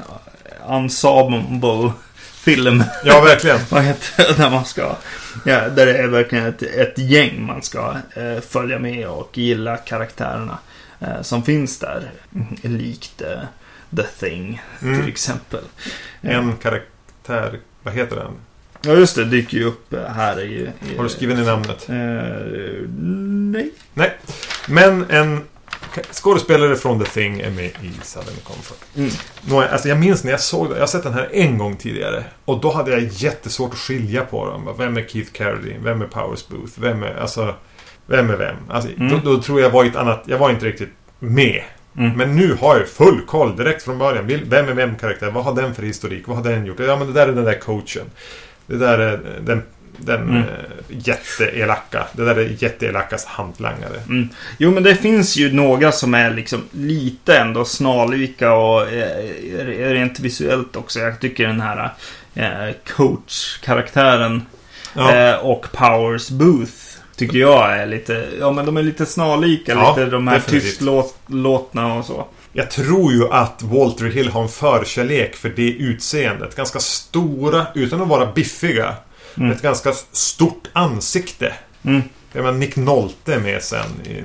ensemble film. Ja, verkligen. Vad heter det? Där man ska, ja, där det är verkligen ett, ett gäng man ska eh, följa med och gilla karaktärerna eh, som finns där. Likt eh, The Thing mm. till exempel. En karaktär, vad heter den? Ja, just det, dyker ju upp här i, i har du skrivit i namnet? Eh, nej. Nej, men en skådespelare från The Thing är med i Southern Comfort. Mm. Nå, alltså jag minns när jag såg det. Jag har sett den här en gång tidigare. Och då hade jag jättesvårt att skilja på dem. Vem är Keith Carradine? Vem är Powers Booth? Vem är, alltså, vem är vem? Alltså, mm. då, då tror jag var ett annat. Jag var inte riktigt med. Mm. Men nu har jag full koll direkt från början. Vem är vem karaktär? Vad har den för historik? Vad har den gjort? Ja, men det där är den där coachen. Det där är den... Den mm. jätteelaka. Det där är jätteelakas hantlangare. Mm. Jo, men det finns ju några som är liksom lite ändå snarlika och eh, rent visuellt också. Jag tycker den här eh, coach-karaktären ja. eh, och Powers Booth tycker jag är lite, ja men de är lite snarlika, ja, lite de här tystlåtna och så. Jag tror ju att Walter Hill har en förkärlek för det utseendet. Ganska stora, utan att vara biffiga. Mm. Ett ganska stort ansikte. Mm. Jag menar, Nick Nolte med sen i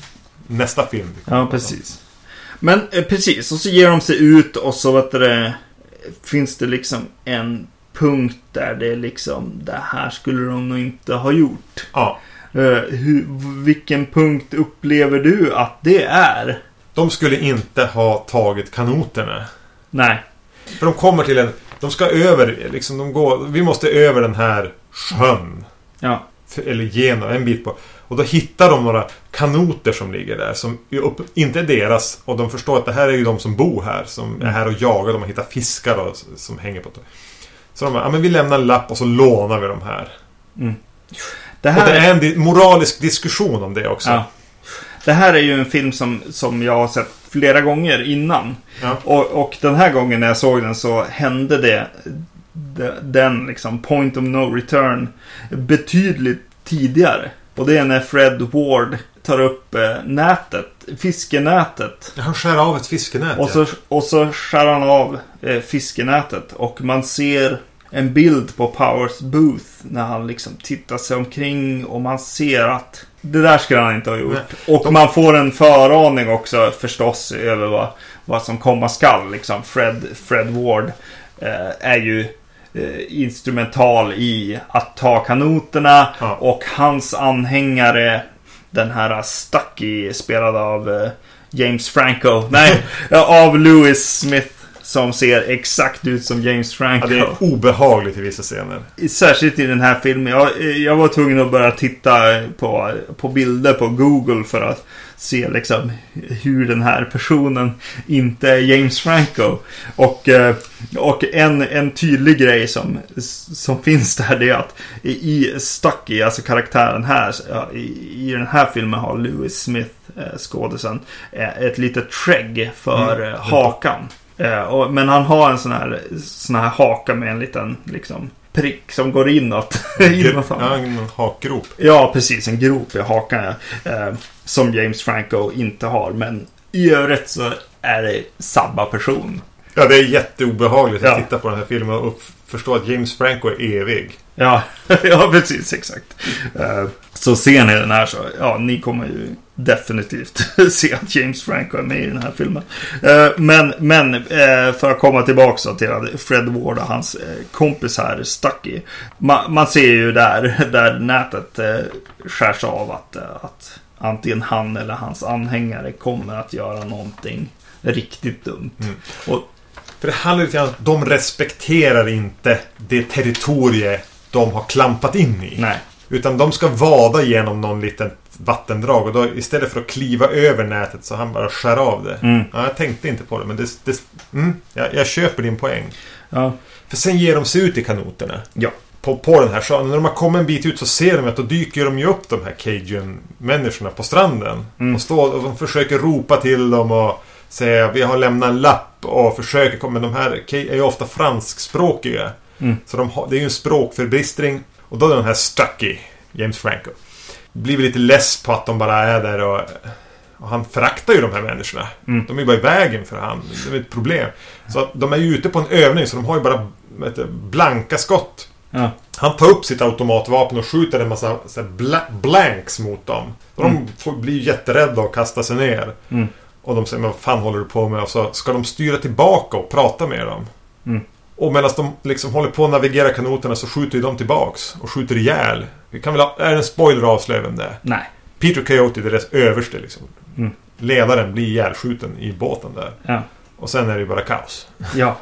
nästa film. Ja, precis. Men eh, precis, och så ger de sig ut och så vet det, finns det liksom en punkt där det är liksom, det här skulle de nog inte ha gjort. Ja. Uh, hur, vilken punkt upplever du att det är? De skulle inte ha tagit kanoterna. Nej. För de kommer till en... De ska över, liksom de går... Vi måste över den här sjön. Ja. Eller genom en bit på. Och då hittar de några kanoter som ligger där. Som upp, inte är deras. Och de förstår att det här är ju de som bor här. Som är här och jagar. De har hittat fiskar och, som hänger på det. Så de bara, ja men vi lämnar en lapp och så lånar vi de här. Mm. Det här och det är en di- moralisk diskussion om det också. Ja. Det här är ju en film som, som jag har sett flera gånger innan. Ja. Och, och den här gången när jag såg den så hände det, det den liksom point of no return betydligt tidigare. Och det är när Fred Ward tar upp eh, nätet, fiskenätet. Han skär av ett fiskenät. Och så, och så skär han av eh, fiskenätet. Och man ser en bild på Powers Booth när han liksom tittar sig omkring och man ser att det där skulle han inte ha gjort. Nej. Och De... man får en föraning också förstås över vad, vad som komma skall. Liksom Fred, Fred Ward eh, är ju eh, instrumental i att ta kanoterna. Ja. Och hans anhängare, den här Stucky spelad av eh, James Franco. Nej, av Lewis Smith som ser exakt ut som James Franco. Ja, det är obehagligt i vissa scener. Särskilt i den här filmen. Jag, jag var tvungen att börja titta på, på bilder på Google för att se liksom hur den här personen inte är James Franco. Och, och en, en tydlig grej som, som finns där, det är att i Stucky, alltså karaktären här i, i den här filmen har Lewis Smith, skådisen, ett litet skägg för mm. hakan. Uh, och, men han har en sån här, sån här haka med en liten liksom, prick som går inåt. inåt ja, en hakgrop. Ja, precis. En grop i hakan. Ja. Uh, som James Franco inte har. Men i övrigt så är det samma person. Ja, det är jätteobehagligt att ja. titta på den här filmen och förstå att James Franco är evig. Ja, ja precis, exakt. Uh, så ser ni den här så, ja, ni kommer ju definitivt se att James Franco är med i den här filmen. Uh, men men uh, för att komma tillbaka till Fred Ward och hans uh, kompis här, Stucky. Ma- man ser ju där, där nätet uh, skärs av att, uh, att antingen han eller hans anhängare kommer att göra någonting riktigt dumt. Mm. Och för det handlar lite om att de respekterar inte det territorium de har klampat in i. Nej. Utan de ska vada genom någon liten vattendrag. Och då istället för att kliva över nätet så han bara skär av det. Mm. Ja, jag tänkte inte på det, men det, det, mm, jag, jag köper din poäng. Ja. För sen ger de sig ut i kanoterna. Ja. På, på den här sjön. När de har kommit en bit ut så ser de att då dyker de ju upp de här Cajun-människorna på stranden. Mm. Och, står, och de försöker ropa till dem och säga vi har lämnat en lapp och försöker komma. Men de här är ju ofta franskspråkiga. Mm. Så de har, det är ju en språkförbristring. Och då är den här Stucky, James Franco, blir lite less på att de bara är där och, och han föraktar ju de här människorna. Mm. De är bara i vägen för han. Det är ett problem. Så att de är ju ute på en övning så de har ju bara vet, blanka skott. Ja. Han tar upp sitt automatvapen och skjuter en massa så här, bla- blanks mot dem. Och mm. de får bli jätterädda och kasta sig ner. Mm. Och de säger, men vad fan håller du på med? Och så ska de styra tillbaka och prata med dem. Mm. Och medan de liksom håller på att navigera kanoterna så skjuter de tillbaks och skjuter ihjäl. Vi kan väl ha, är det en spoiler avslöjande det? Nej. Peter Coyote, det är deras överste liksom. Mm. Ledaren blir ihjälskjuten i båten där. Ja. Och sen är det ju bara kaos. Ja.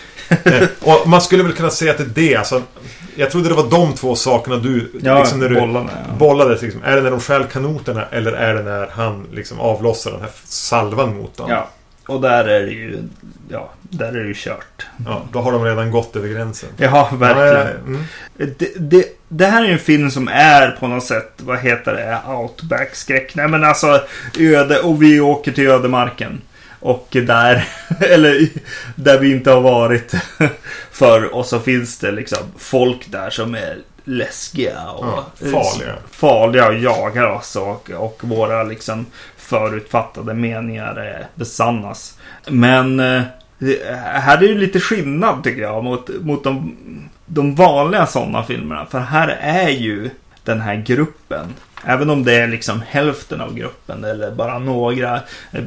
Och man skulle väl kunna säga att det är det. Alltså, jag trodde det var de två sakerna du... Ja, liksom när du bollarna. Ja. Bollade, liksom. Är det när de stjäl kanoterna eller är det när han liksom avlossar den här salvan mot dem? Ja. Och där är det ju ja, där är det ju kört. Ja, då har de redan gått över gränsen. Ja, verkligen. Mm. Det, det, det här är en film som är på något sätt, vad heter det, outback-skräck. Nej men alltså öde, och vi åker till ödemarken. Och där, eller där vi inte har varit för, och så finns det liksom folk där som är läskiga och ja, farliga. Farliga och jagar oss och, och våra liksom förutfattade meningar besannas. Men eh, här är ju lite skillnad tycker jag mot, mot de, de vanliga sådana filmerna. För här är ju den här gruppen, även om det är liksom hälften av gruppen eller bara några eh,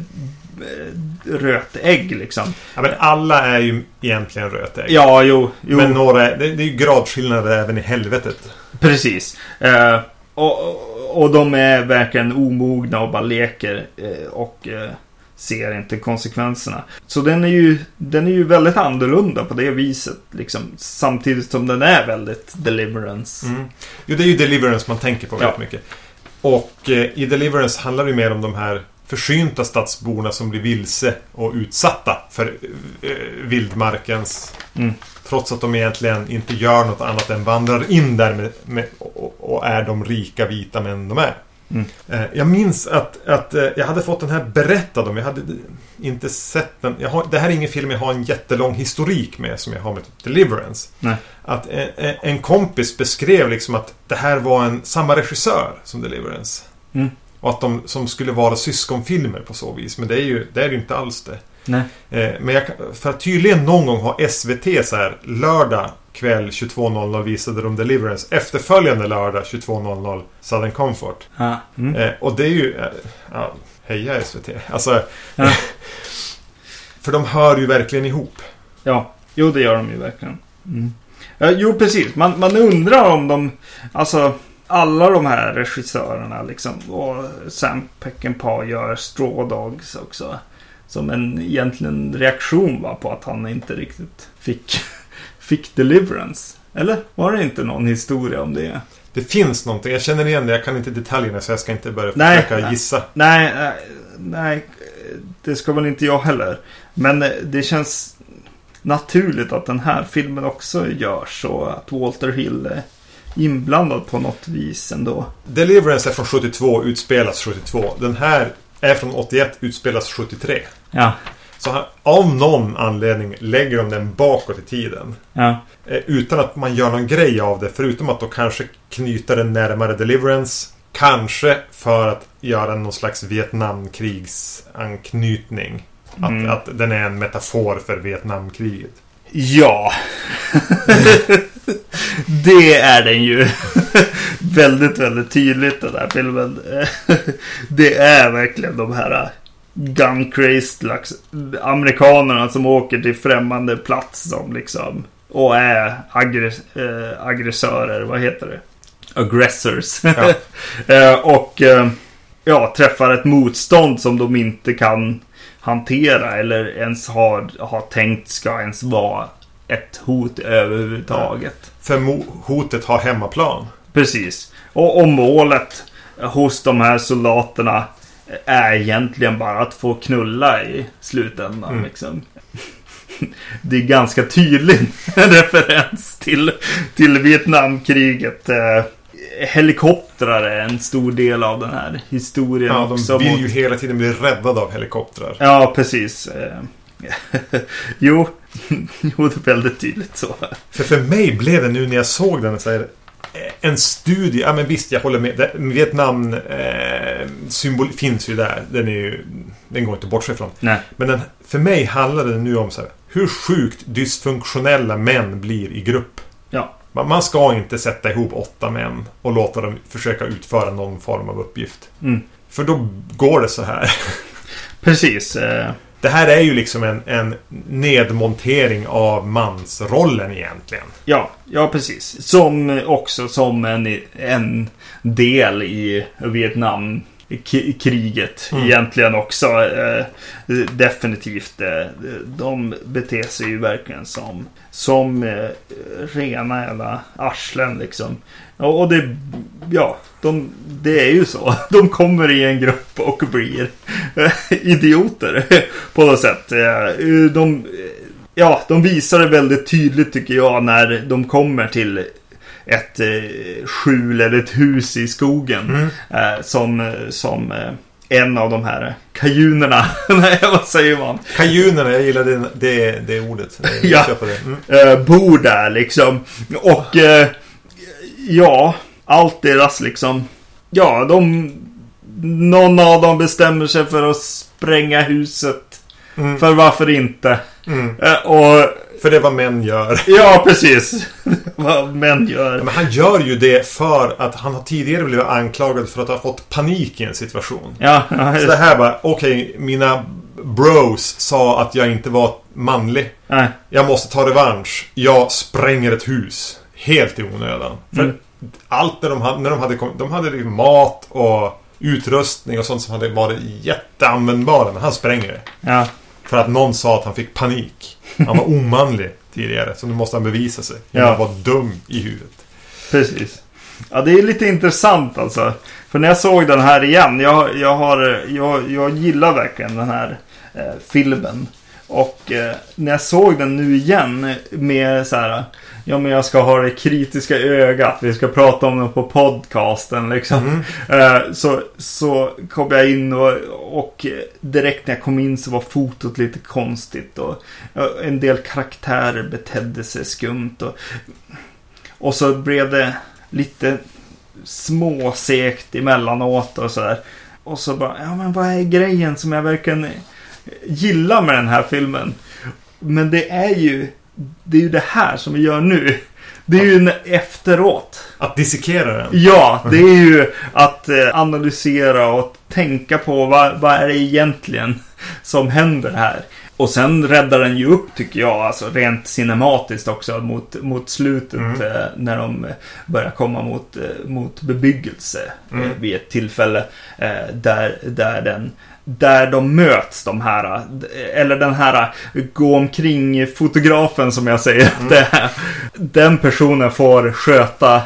rötägg liksom. Ja, men alla är ju egentligen rötägg. Ja, jo. jo. Men några, det, det är ju gradskillnader även i helvetet. Precis. Eh, och, och de är verkligen omogna och bara leker eh, och eh, ser inte konsekvenserna. Så den är ju den är ju väldigt annorlunda på det viset liksom, samtidigt som den är väldigt Deliverance. Mm. Jo, det är ju Deliverance man tänker på väldigt ja. mycket. Och eh, i Deliverance handlar det mer om de här försynta stadsborna som blir vilse och utsatta för eh, vildmarkens mm. trots att de egentligen inte gör något annat än vandrar in där med, med, och, och är de rika vita män de är. Mm. Eh, jag minns att, att eh, jag hade fått den här berättad om. Jag hade inte sett den. Jag har, det här är ingen film jag har en jättelång historik med som jag har med Deliverance. Nej. Att eh, en kompis beskrev liksom att det här var en samma regissör som Deliverance. Mm. Och att de som skulle vara syskonfilmer på så vis. Men det är ju, det är ju inte alls det. Nej. Eh, men jag, för att tydligen någon gång har S V T så här lördag kväll tjugotvå noll noll visade de Deliverance. Efterföljande lördag tjugotvå noll noll Southern Comfort. Ah. Mm. Eh, och det är ju... Eh, ja, heja S V T. Alltså... Ah. För de hör ju verkligen ihop. Ja, jo det gör de ju verkligen. Mm. Eh, jo, precis. Man, man undrar om de... Alltså... alla de här regissörerna liksom, och Sam Peckinpah gör Straw Dogs också. Som en egentligen reaktion var på att han inte riktigt fick, fick Deliverance. Eller var det inte någon historia om det? Det finns någonting, jag känner igen det, jag kan inte detaljerna så jag ska inte börja nej, försöka nej, gissa. Nej, nej, nej, det ska väl inte jag heller. Men det känns naturligt att den här filmen också görs så att Walter Hill är inblandad på något vis ändå. Deliverance är från sjuttiotvå, utspelas sjuttiotvå. Den här är från åttioett, utspelas sjuttiotre. Ja. Så här, av någon anledning lägger de den bakåt i tiden. Ja. Utan att man gör någon grej av det. Förutom att då kanske knyta den närmare Deliverance. Kanske för att göra någon slags Vietnamkrigsanknytning. Mm. Att, att den är en metafor för Vietnamkriget. Ja. Det är den ju. Väldigt, väldigt tydligt den här filmen. Det är verkligen de här gun crazed amerikanerna som åker till främmande plats som liksom och är aggress- äh, aggressörer, vad heter det? Aggressors. Ja. Och ja, träffar ett motstånd som de inte kan hantera eller ens har, har tänkt ska ens vara ett hot överhuvudtaget. Ja. För mo- hotet har hemmaplan. Precis. Och, och målet hos de här soldaterna är egentligen bara att få knulla i slutändan. Mm. Liksom. Det är ganska tydlig referens till, till Vietnamkriget. Eh, helikoptrar är en stor del av den här historien. Ja, de också. vill ju hela tiden bli räddade av helikoptrar. Ja, precis. Eh, jo, jo, det är väldigt tydligt så. För för mig blev det nu när jag såg den så här, en studie, ja men visst jag håller med. Vietnam eh, symbol finns ju där. Den är ju, den går inte bort sig ifrån. Nej. Men den, för mig handlar det nu om så här, hur sjukt dysfunktionella män blir i grupp. Ja. Man, man ska inte sätta ihop åtta män och låta dem försöka utföra någon form av uppgift. Mm. För då går det så här. Precis. Eh. Det här är ju liksom en, en nedmontering av mansrollen egentligen. Ja, ja precis. Som också som en, en del i Vietnam kriget mm. egentligen också. Eh, definitivt. Eh, de beter sig ju verkligen som som eh, rena jävla arslen liksom. Och, och det ja, de, det är ju så. De kommer i en grupp och blir eh, idioter på något sätt. Eh, de, ja, de visar det väldigt tydligt tycker jag när de kommer till ett eh, skjul eller ett hus i skogen mm. eh, som, som eh, en av de här kajunerna. Nej, vad säger man? Kajunerna, jag gillar det, det, det ordet. Jag ja, det. Mm. Eh, bor där liksom. Och eh, ja, allt deras liksom. Ja, de någon av dem bestämmer sig för att spränga huset. Mm. För varför inte? Mm. Eh, och för det är vad män gör. Ja, precis. Vad män gör. Men han gör ju det för att han har tidigare blivit anklagad för att ha fått panik i en situation. Ja, ja, så det här bara, okej, okay, mina bros sa att jag inte var manlig. Nej. Jag måste ta revansch. Jag spränger ett hus. Helt i onödan. För mm. allt när de hade, när de hade, de hade mat och utrustning och sånt som hade varit jätteanvändbara. Men han spränger det. Ja. För att någon sa att han fick panik. Han var omanlig tidigare. Så nu måste han bevisa sig. Han ja. var dum i huvudet. Precis. Ja, det är lite intressant alltså. För när jag såg den här igen. Jag, jag, har, jag, jag gillar verkligen den här eh, filmen. Och eh, när jag såg den nu igen med så här, ja men jag ska ha det kritiska ögat, vi ska prata om den på podcasten liksom. Mm. Eh, så, så kom jag in och, och direkt när jag kom in så var fotot lite konstigt och, och en del karaktärer betedde sig skumt och, och så blev det lite småsekt emellanåt och så där. Och så bara, ja men vad är grejen som jag verkligen gillar med den här filmen? Men det är ju det är ju det här som vi gör nu. Det är ju en efteråt. Att dissekera den. Ja, det är ju att eh, analysera och tänka på vad, vad är det egentligen som händer här. Och sen räddar den ju upp, tycker jag, alltså rent cinematiskt också mot, mot slutet mm. eh, när de börjar komma mot, eh, mot bebyggelse mm. eh, vid ett tillfälle eh, där, där, den, där de möts, de här, eller den här gå omkring fotografen som jag säger, mm. det här, den personen får sköta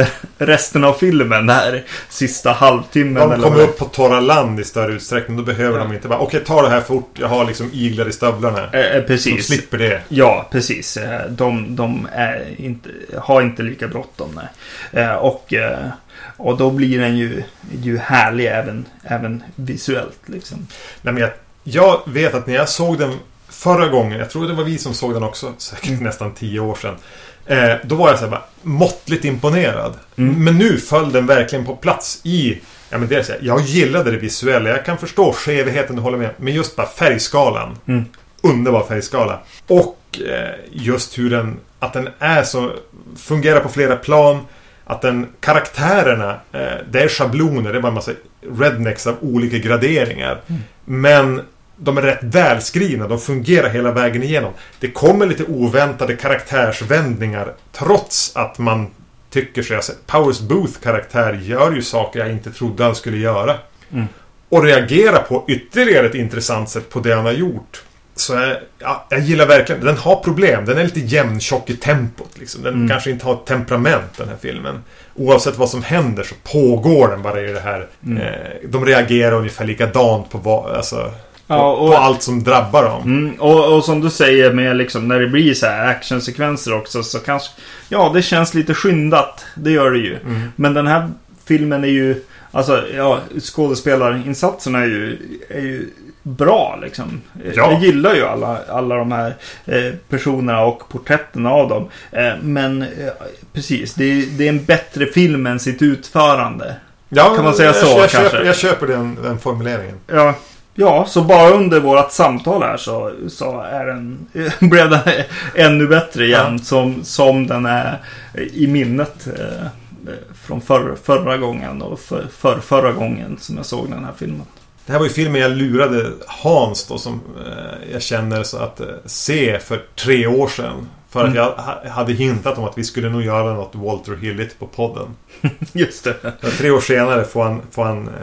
resten av filmen där sista halvtimmen. De kommer upp på torra land i större utsträckning. Då behöver ja. de inte bara, okej, ta det här fort. Jag har liksom iglar i stövlarna. Eh, precis. De slipper det. Ja, precis. De, de är inte, har inte lika bråttom. Eh, och, och då blir den ju, ju härlig även, även visuellt. Liksom. Nej, men jag, jag vet att när jag såg den förra gången, jag tror det var vi som såg den också, säkert mm. nästan tio år sedan. Eh, då var jag så här bara måttligt imponerad. Mm. Men nu föll den verkligen på plats i, ja men det är så här, jag gillade det visuella. Jag kan förstå skevheten, du håller med. Men just bara färgskalan. Mm. Underbar färgskala. Och eh, just hur den, att den är så, fungerar på flera plan. Att den, karaktärerna, eh, det är schabloner. Det är bara en massa rednecks av olika graderingar. Mm. Men de är rätt välskrivna, de fungerar hela vägen igenom. Det kommer lite oväntade karaktärsvändningar trots att man tycker sig, alltså, Powers Booth-karaktär gör ju saker jag inte trodde han skulle göra. Mm. Och reagera på ytterligare ett intressant sätt på det han har gjort. Så jag, ja, jag gillar verkligen, den har problem, den är lite jämntjock i tempot liksom. Den mm. kanske inte har ett temperament, den här filmen. Oavsett vad som händer så pågår den bara i det här. Mm. Eh, de reagerar ungefär likadant på vad, alltså... På, ja, och, på allt som drabbar dem. Mm, och, och som du säger med liksom, när det blir så här actionsekvenser också, så kanske, ja, det känns lite skyndat. Det gör det ju. Mm. Men den här filmen är ju, alltså, ja, skådespelarinsatserna är ju, är ju bra liksom. Ja. Jag gillar ju alla, alla de här eh, personerna och porträtten av dem. Eh, men eh, precis, det är, det är en bättre film än sitt utförande. Ja, kan man säga jag, så jag, jag kanske? Köper, jag köper den, den formuleringen. Ja. Ja, så bara under vårt samtal här så, så är den, blev den ännu bättre igen, ja. som, som den är i minnet eh, från för, förra gången och för, för förra gången som jag såg den här filmen. Det här var ju filmen jag lurade Hans då, som eh, jag känner så att eh, se för tre år sedan. För mm. att jag ha, hade hintat om att vi skulle nog göra något Walter Hillit på podden. Just det. Så tre år senare får han... Får han eh,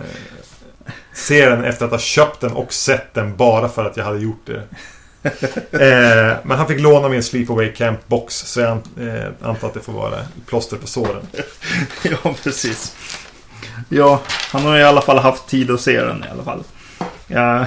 ser den efter att ha köpt den och sett den bara för att jag hade gjort det. eh, men han fick låna min Sleepaway Camp box, så jag eh, antar att det får vara plåster på såren. Ja, precis. Ja, han har i alla fall haft tid att se den i alla fall. Ja.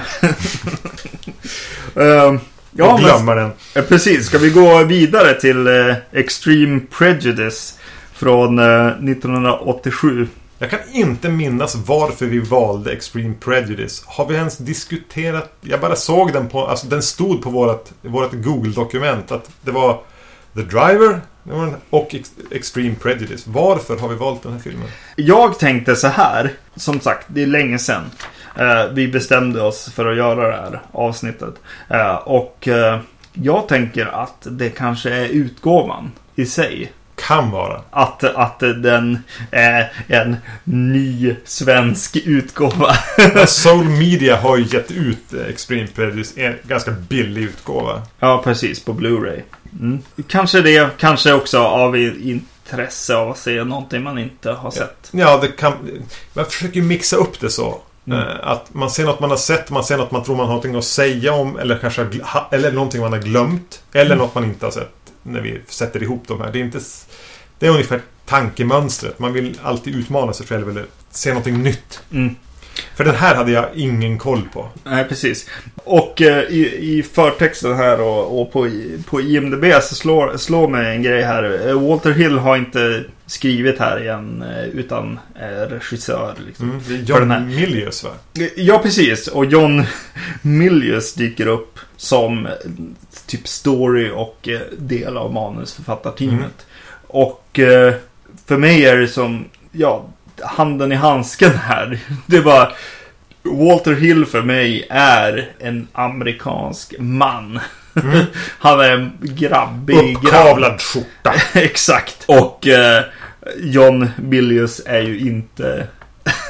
uh, ja, glömmer den. Eh, precis, ska vi gå vidare till eh, Extreme Prejudice från eh, nittonhundraåttiosju. Jag kan inte minnas varför vi valde Extreme Prejudice. Har vi ens diskuterat? Jag bara såg den på, alltså den stod på vårt, vårt Google-dokument att det var The Driver och Extreme Prejudice. Varför har vi valt den här filmen? Jag tänkte så här, som sagt, det är länge sedan eh, vi bestämde oss för att göra det här avsnittet. Eh, och eh, jag tänker att det kanske är utgåvan i sig. Kan vara. Att, att den är en ny svensk utgåva. Soul Media har ju gett ut Extreme Prejudice, en ganska billig utgåva. Ja, precis, på Blu-ray. Mm. Kanske det, kanske också av intresse av att se någonting man inte har sett. Ja, det kan, man försöker ju mixa upp det så. Mm. Att man ser något man har sett, man ser något man tror man har någonting att säga om, eller kanske eller någonting man har glömt, eller mm. något man inte har sett. När vi sätter ihop de här. Det är, inte, det är ungefär tankemönstret. Man vill alltid utmana sig själv eller se någonting nytt. Mm. För den här hade jag ingen koll på. Nej, precis. Och eh, i, i förtexten här och, och på, på I M D B så slår, slår mig en grej här. Walter Hill har inte skrivit här igen utan är regissör. Liksom, mm, det är John här. Milius, va? Ja, precis. Och John Milius dyker upp som typ story och del av manusförfattarteamet. Mm. Och eh, för mig är det som, ja, handen i handsken här. Det är bara, Walter Hill för mig är en amerikansk man. Mm. Han är en grabbig uppkavlad grabb. Skjorta. Exakt. Och eh, John Milius är ju inte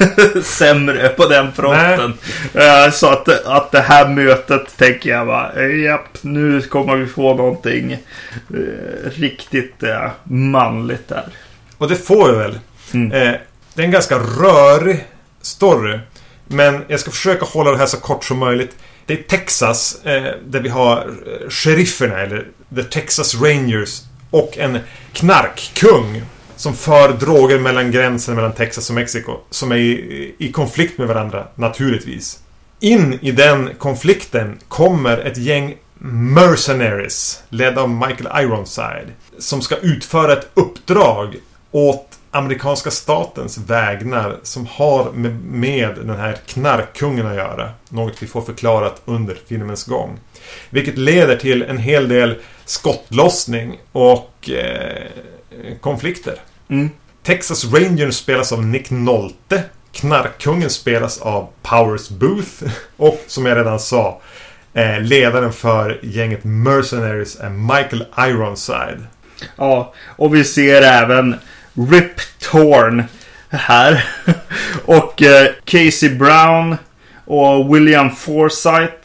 sämre på den fronten. Uh, så att, att det här mötet tänker jag bara, japp, nu kommer vi få någonting uh, riktigt uh, manligt där. Och det får vi väl. Mm. Eh, det är en ganska rörig story. Men jag ska försöka hålla det här så kort som möjligt. Det är Texas eh, där vi har sherifferna, eller The Texas Rangers, och en knarkkung som för droger mellan gränsen mellan Texas och Mexiko, som är i, i konflikt med varandra, naturligtvis. In i den konflikten kommer ett gäng mercenaries ledda av Michael Ironside som ska utföra ett uppdrag åt amerikanska statens vägnar som har med, med den här knarkkungen att göra. Något vi får förklarat under filmens gång. Vilket leder till en hel del skottlossning och eh, konflikter. Mm. Texas Rangers spelas av Nick Nolte. Knarkkungen spelas av Powers Booth. Och som jag redan sa, eh, ledaren för gänget Mercenaries är Michael Ironside. Ja, och vi ser även Rip Torn här. Och eh, Casey Brown och William Forsythe.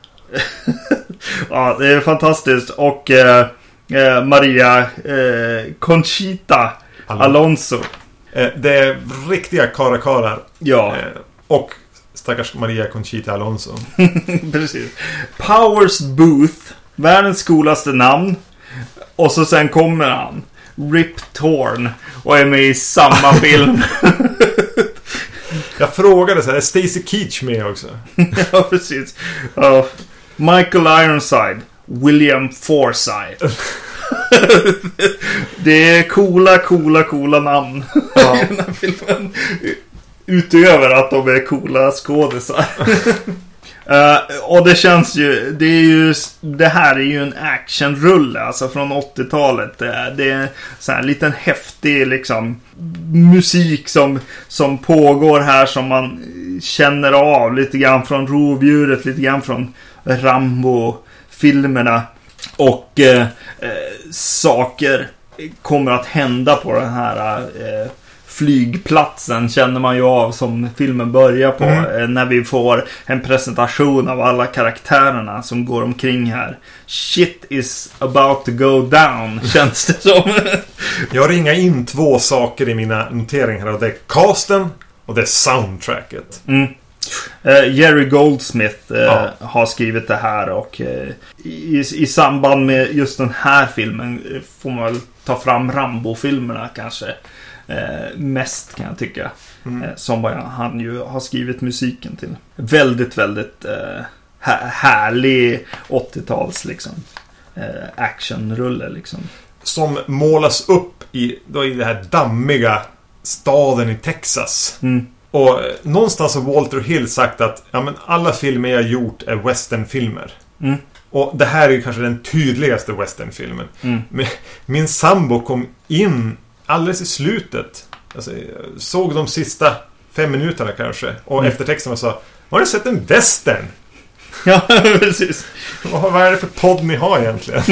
Ja, det är fantastiskt. Och eh, eh, Maria eh, Conchita Alonso. Eh, det är riktiga karakarar. Ja. Eh, och stackars Maria Conchita Alonso. Precis. Powers Booth, världens coolaste namn. Och så sen kommer han, Rip Torn, och är med i samma film. Jag frågade så här, är Stacy Keach med också? Ja, precis. Uh, Michael Ironside, William Forsythe. Det är coola, coola, coola namn. Ja. I den här filmen. Utöver att de är coola skådisar. Uh, och det känns ju, det är ju, det här är ju en actionrulle, alltså från åttiotalet. Det, det är så här liten häftig liksom musik som, som pågår här, som man känner av lite grann från Rovdjuret, lite grann från Rambo-filmerna. Och uh, uh, saker kommer att hända på den här uh, flygplatsen, känner man ju av som filmen börjar på, mm. när vi får en presentation av alla karaktärerna som går omkring här. Shit is about to go down, känns det som. Jag ringar in två saker i mina noteringar, och det är casten och det är soundtracket. Mm. Uh, Jerry Goldsmith uh, ja. har skrivit det här, och uh, i, i samband med just den här filmen uh, får man väl ta fram Rambo-filmerna kanske. Eh, mest kan jag tycka, mm. eh, som han ju har skrivit musiken till. Väldigt, väldigt eh, här- härlig åttio-tals liksom eh, actionrulle liksom. Som målas upp i, då i det här dammiga staden i Texas. Mm. Och eh, någonstans har Walter Hill sagt att ja, men alla filmer jag gjort är westernfilmer. Mm. Och det här är ju kanske den tydligaste westernfilmen. Mm. Men min sambo kom in alldeles i slutet, alltså, såg de sista fem minuterna kanske, och mm. eftertexten sa: har du sett en western? Ja, precis. Vad är det för podd ni har egentligen?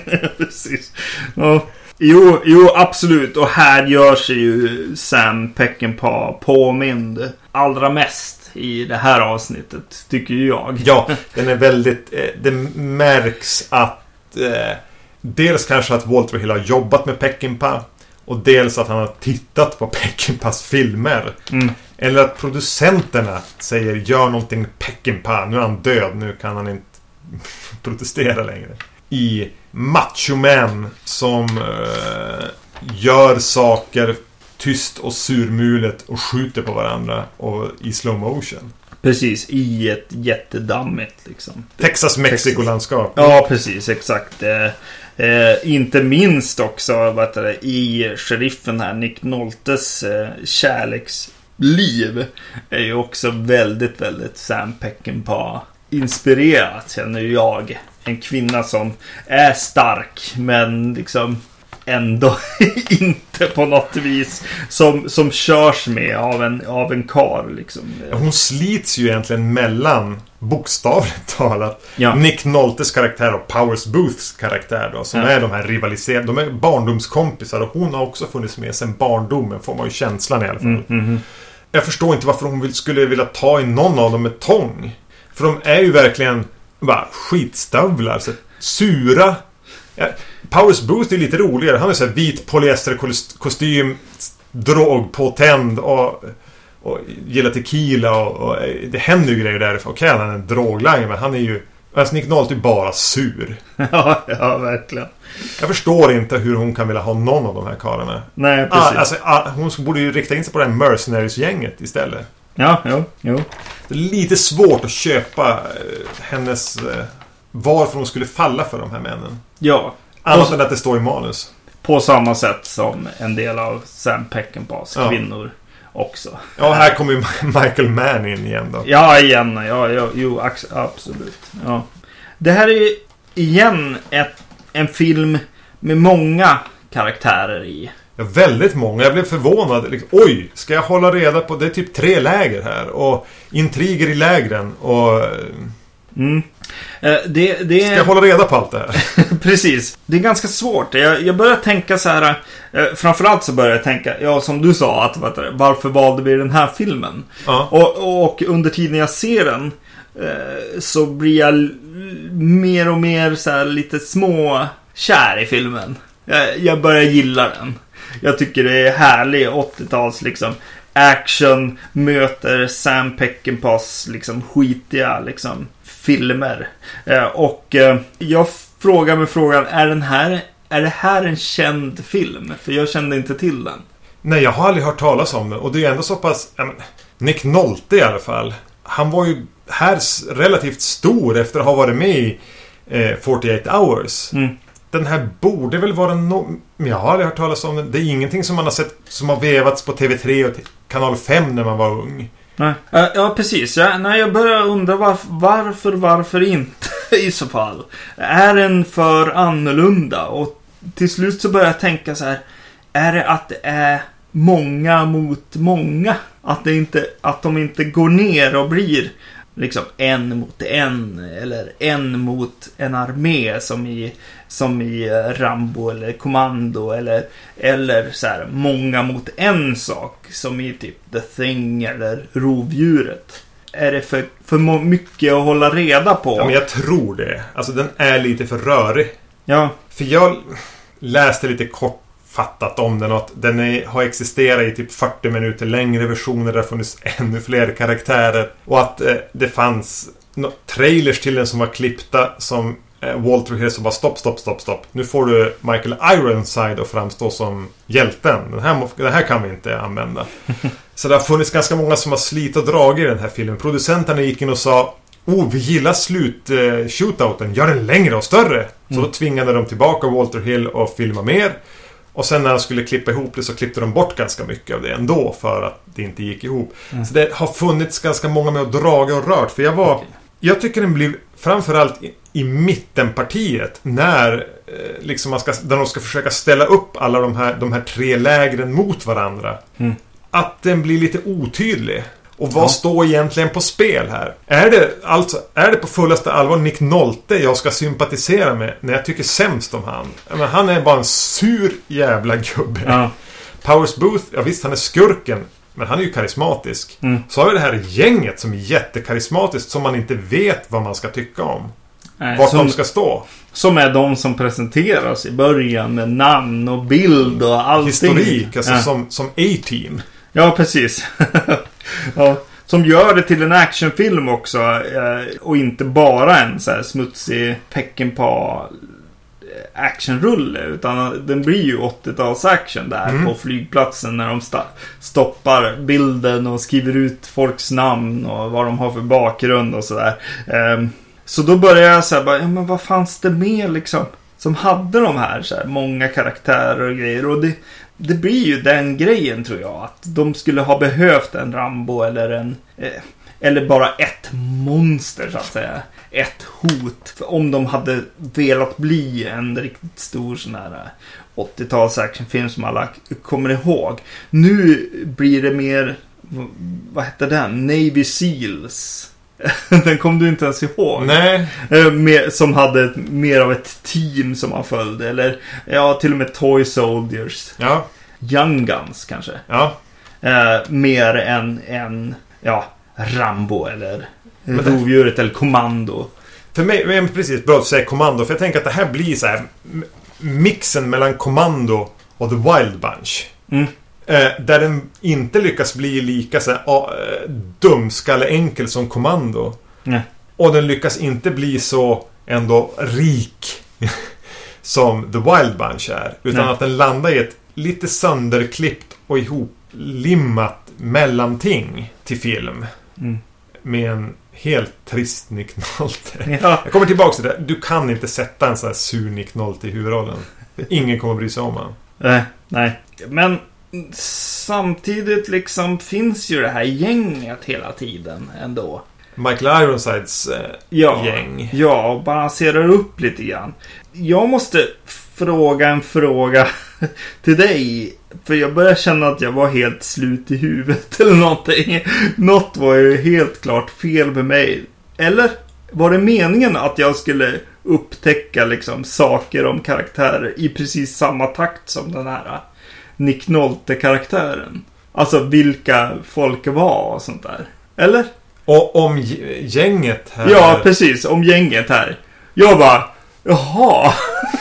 Precis. Ja. Jo, jo, absolut. Och här gör sig ju Sam Peckinpah påmind allra mest i det här avsnittet, tycker jag. Ja, den är väldigt, det märks att eh, dels kanske att Walter Hill har jobbat med Peckinpah, och dels att han har tittat på Peckinpahs filmer. Mm. Eller att producenterna säger: gör någonting med Peckinpah, nu är han död, nu kan han inte protestera längre. I Macho Man som uh, gör saker tyst och surmulet och skjuter på varandra och i slow motion. Precis, i ett jättedammigt liksom Texas-Mexiko-landskap. Ja, precis, exakt. Eh, eh, inte minst också vad heter det, i sheriffen här, Nick Noltes eh, kärleksliv är ju också väldigt, väldigt Sam Peckinpah inspirerat, känner jag. En kvinna som är stark, men liksom ändå inte på något vis som, som körs med av en, av en kar liksom. Hon slits ju egentligen mellan, bokstavligt talat, ja. Nick Noltes karaktär och Powers Booths karaktär då, som ja. är de här rivaliserade, de är barndomskompisar, och hon har också funnits med sen barndomen, får man ju känslan i alla fall. Mm, mm, jag förstår inte varför hon vill, skulle vilja ta i någon av dem med tång. För de är ju verkligen bara skitstövlar. Så sura. Ja, Powers Booth är lite roligare. Han är så här vit polyesterkostym, drogpåtänd och, och gillar tequila. Och, och det händer ju grejer där. Okej, okay, han är en droglanger, men han är ju... Alltså Nick Nolte är ju bara sur. Ja, ja, verkligen. Jag förstår inte hur hon kan vilja ha någon av de här karlarna. Nej, precis. Ah, alltså, ah, hon borde ju rikta in sig på det här Mercenaries-gänget istället. Ja, jo, jo. Det är lite svårt att köpa eh, hennes... Eh, varför hon skulle falla för de här männen. Ja. Annat än att det står i manus. På samma sätt som en del av Sam Peckinpahs ja. kvinnor också. Ja, här kommer ju Michael Mann in igen då. Ja, igen. Ja, ja, jo, absolut. Ja. Det här är igen ett, en film med många karaktärer i. Ja, väldigt många. Jag blev förvånad. Liksom, oj, ska jag hålla reda på... Det är typ tre läger här. Och intriger i lägren. Och... Mm. Det, det... Ska jag hålla reda på allt det här? Precis. Det är ganska svårt. Jag, jag börjar tänka så här... Framförallt så börjar jag tänka... Ja, som du sa. Att, varför valde vi den här filmen? Ja. Och, och under tiden jag ser den... Så blir jag mer och mer så här, lite små kär i filmen. Jag, jag börjar gilla den. Jag tycker det är härlig åttio-tals liksom action möter Sam Peckinpahs liksom skitiga liksom filmer. Eh, och eh, jag frågar mig frågan, är den här är det här en känd film? För jag kände inte till den. Nej, jag har aldrig hört talas om den. Och det är ändå så pass... Ja, men, Nick Nolte i alla fall. Han var ju här relativt stor efter att ha varit med i eh, fyrtioåtta hours. Mm. Den här borde väl vara no... Men jag har aldrig hört talas om den. Det är ingenting som man har sett som har vevats på T V tre och kanal fem när man var ung. Nej. Ja, precis. Ja, nej, jag börjar undra varför, varför, varför inte i så fall. Är den för annorlunda? Och till slut så börjar jag tänka så här. Är det att det är många mot många? Att, det inte, att de inte går ner och blir liksom en mot en eller en mot en armé som i, som i Rambo eller Kommando eller, eller så här, många mot en sak som i typ The Thing eller Rovdjuret. Är det för, för mycket att hålla reda på? Ja, men jag tror det. Alltså den är lite för rörig. Ja. För jag läste lite kort fattat om den, att den är, har existerat i typ fyrtio minuter längre versioner där det har funnits ännu fler karaktärer och att eh, det fanns no, trailers till den som var klippta som eh, Walter Hill som bara stopp, stopp, stopp, stopp. Nu får du Michael Ironside att framstå som hjälten. Den här, den här kan vi inte använda. Så det har funnits ganska många som har slitit och dragit i den här filmen. Producenterna gick in och sa oh, vi gillar slut eh, shootouten, gör den längre och större. Så mm. då tvingade de tillbaka Walter Hill och filma mer. Och sen när de skulle klippa ihop det så klippte de bort ganska mycket av det ändå för att det inte gick ihop. Mm. Så det har funnits ganska många med att draga och rört. För jag var... Okay. Jag tycker den blev framförallt i, i mittenpartiet när eh, liksom man ska, där de ska försöka ställa upp alla de här, de här tre lägren mot varandra. Mm. Att den blir lite otydlig. Och vad ja. står egentligen på spel här? Är det, alltså, är det på fullaste allvar Nick Nolte jag ska sympatisera med när jag tycker sämst om han? Men han är bara en sur jävla gubbe. Ja. Powers Booth, ja visst han är skurken, men han är ju karismatisk. Mm. Så har vi det här gänget som är jättekarismatiskt som man inte vet vad man ska tycka om. Nej, vart som, de ska stå. Som är de som presenteras i början med namn och bild och allting. Historik, alltså ja. som, som A-team. Ja, precis. Ja, som gör det till en actionfilm också eh, och inte bara en så här smutsig Peckinpah actionrulle, utan den blir ju åttio-tals action där mm. på flygplatsen när de sta- stoppar bilden och skriver ut folks namn och vad de har för bakgrund och sådär. Eh, så då börjar jag säga, ja, men vad fanns det med liksom som hade de här, så här många karaktärer och grejer, och det Det blir ju den grejen tror jag, att de skulle ha behövt en Rambo eller en eh, eller bara ett monster så att säga, ett hot, för om de hade velat bli en riktigt stor sån här åttio-tals actionfilm som alla kommer ihåg. Nu blir det mer, vad heter den? Navy Seals. Den kom du inte ens ihåg. Nej. Med, som hade ett, mer av ett team som man följde. Eller ja, till och med Toy Soldiers. Ja. Young Guns kanske. Ja. Eh, mer än, än ja, Rambo eller det... Rovdjuret eller Kommando. För mig är det precis bra att säga Kommando. För jag tänker att det här blir så här mixen mellan Kommando och The Wild Bunch. Mm. Eh, där den inte lyckas bli lika så här, uh, dumskalle enkel som Kommando. Nej. Och den lyckas inte bli så ändå rik som The Wild Bunch är. Utan Nej. Att den landar i ett lite sönderklippt och ihoplimmat mellanting till film. Mm. Med en helt trist Nick Nolte. Ja. Jag kommer tillbaka till det. Du kan inte sätta en sån här sur Nick Nolte i huvudrollen. Ingen kommer bry sig om han. Nej, nej. Men samtidigt liksom finns ju det här gänget hela tiden ändå. Michael Ironsides eh, ja, gäng. Ja, och balanserar upp lite grann. Jag måste fråga en fråga till dig. För jag börjar känna att jag var helt slut i huvudet eller någonting. Något var ju helt klart fel med mig. Eller var det meningen att jag skulle upptäcka liksom saker om karaktärer i precis samma takt som den här Nick Nolte-karaktären? Alltså vilka folk var och sånt där. Eller? Och om gänget här... Ja, precis. Om gänget här. Jag bara, jaha...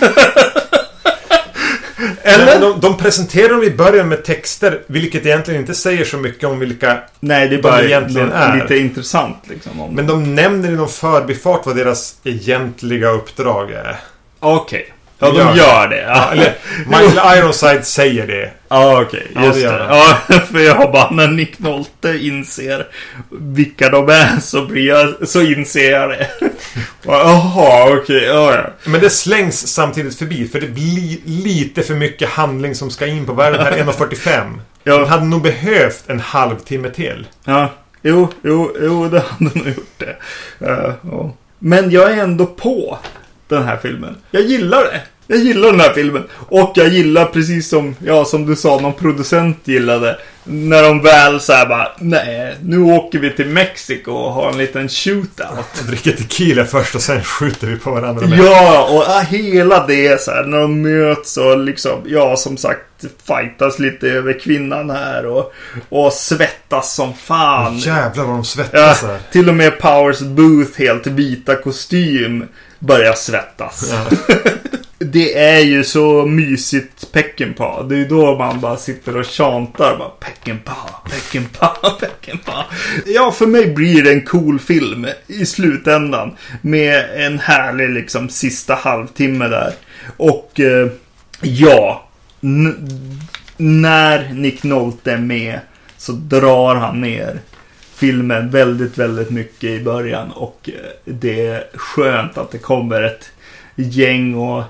Eller? De, de presenterar dem i början med texter, vilket egentligen inte säger så mycket om vilka Nej, det är bara de egentligen är. Lite intressant liksom. Om Men de nämner i någon förbifart vad deras egentliga uppdrag är. Okej. Okay. Ja, de gör, gör det. Ja, eller Michael Ironside säger det. Ja, okej. Okay. Just ja, det. det. Ja, för jag bara, när Nick Nolte inser vilka de är så, blir jag, så inser jag det. Jaha, okej. Okay. Ja, ja. Men det slängs samtidigt förbi, för det blir lite för mycket handling som ska in på världen här en fyrtiofem. Ja. De hade nog behövt en halvtimme till. Ja, jo, jo, jo det hade nog gjort det. Uh, oh. Men jag är ändå på den här filmen. Jag gillar det. Jag gillar den här filmen. Och jag gillar precis som, ja, som du sa, någon producent gillade. När de väl så här bara, nej, nu åker vi till Mexiko och har en liten shootout. Och dricker tequila först och sen skjuter vi på varandra. Med. Ja, och ja, hela det så här, när de möts och liksom, ja, som sagt, fightas lite över kvinnan här och, och svettas som fan. Oh, jävlar vad de svettas ja, här. Till och med Powers Booth, helt vita kostym, börjar svettas. Ja. Det är ju så mysigt Peckinpah. Det är ju då man bara sitter och chantar bara, Peckinpah, Peckinpah, Peckinpah. Ja, för mig blir det en cool film i slutändan med en härlig liksom sista halvtimme där. Och eh, ja, n- när Nick Nolte är med så drar han ner filmen väldigt, väldigt mycket i början. Och eh, det är skönt att det kommer ett gäng och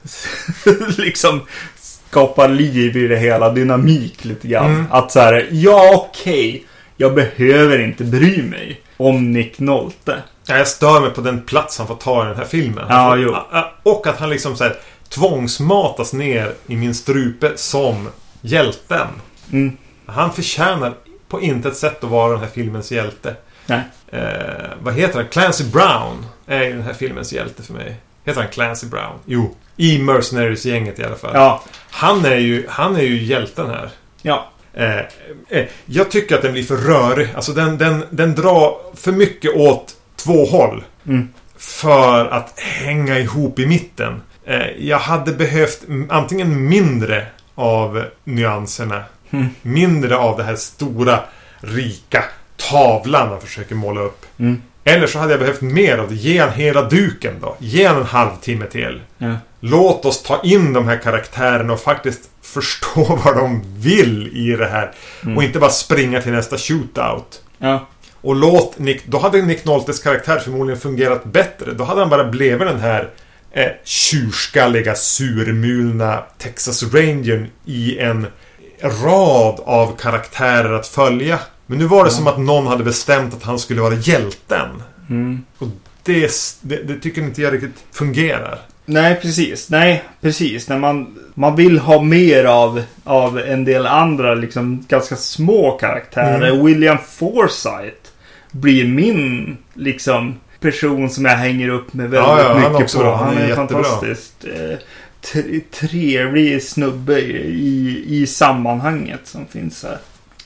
liksom skapar liv i det hela, dynamik lite grann. Mm. Att så här, ja okej, okay, jag behöver inte bry mig om Nick Nolte. Ja, jag stör mig på den plats han får ta i den här filmen. Ja, får, jo. Och att han liksom så här tvångsmatas ner i min strupe som hjälten. Mm. Han förtjänar på intet sätt att vara den här filmens hjälte. Nej. Eh, vad heter han? Clancy Brown är den här filmens hjälte för mig. Heter han Clancy Brown? Jo. I Mercenaries-gänget i alla fall. Ja. Han är ju, han är ju hjälten här. Ja. Eh, eh, jag tycker att den blir för rörig. Alltså den, den, den drar för mycket åt två håll. Mm. För att hänga ihop i mitten. Eh, jag hade behövt antingen mindre av nyanserna. Mm. Mindre av det här stora, rika tavlan man försöker måla upp. Mm. Eller så hade jag behövt mer av det. Ge han hela duken då. Ge han en halvtimme till. Ja. Låt oss ta in de här karaktärerna och faktiskt förstå vad de vill i det här. Mm. Och inte bara springa till nästa shootout. Ja. Och låt Nick... Då hade Nick Noltes karaktär förmodligen fungerat bättre. Då hade han bara blivit den här eh, tjurskalliga, surmulna Texas Rangern i en rad av karaktärer att följa. Men nu var det ja. som att någon hade bestämt att han skulle vara hjälten. Mm. Och det, det, det tycker inte jag riktigt fungerar. Nej, precis. Nej, precis. När man, man vill ha mer av, av en del andra liksom ganska små karaktärer. Mm. William Forsythe blir min liksom person som jag hänger upp med väldigt ja, ja, mycket på. Han, han är, är fantastiskt eh, t- trevlig snubbe i, i sammanhanget som finns här.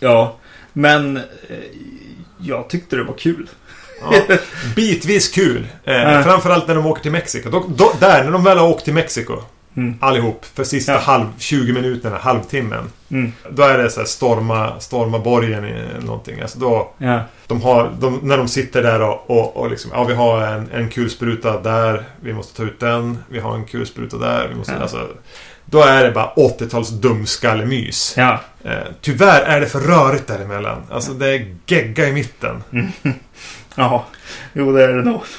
Ja, men eh, jag tyckte det var kul. Ja, bitvis kul. Eh, mm. Framförallt när de åker till Mexiko. Då, då, där, när de väl har åkt till Mexiko. Mm. Allihop. För sista ja. halv, tjugo minuterna, halvtimmen. Mm. Då är det så här storma, storma borgen i någonting. Alltså då, ja. de har, de, när de sitter där och, och, och liksom, ja, vi har en, en kulspruta där. Vi måste ta ut den. Vi har en kulspruta där. Vi måste, ja. alltså, då är det bara åttio-tals dumskallemys. Ja. Eh, tyvärr är det för rörigt däremellan. Alltså det är gegga i mitten. Mm. Ja, jo det är det nog.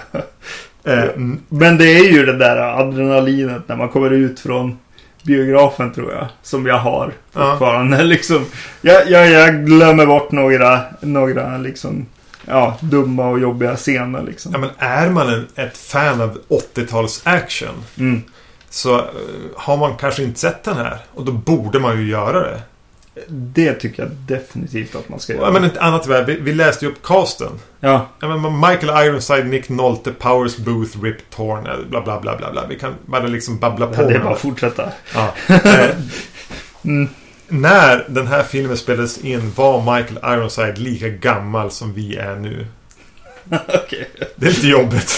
Men det är ju det där adrenalinet när man kommer ut från biografen, tror jag, som jag har fortfarande. Ja. Liksom, jag, jag, jag glömmer bort några, några liksom, ja, dumma och jobbiga scener. Liksom. Ja, men är man en, ett fan av åttio-tals action mm. så uh, har man kanske inte sett den här. Och då borde man ju göra det. Det tycker jag definitivt att man ska göra. Ja, men ett annat väg. Vi, vi läste ju upp casten. Ja. Ja, men Michael Ironside, Nick Nolte, Powers Booth, Rip Torn, bla bla bla bla bla. Vi kan bara liksom babbla på. Ja, det är bara att fortsätta. Ja. eh, mm. När den här filmen spelades in var Michael Ironside lika gammal som vi är nu. Okay. Det är lite jobbigt.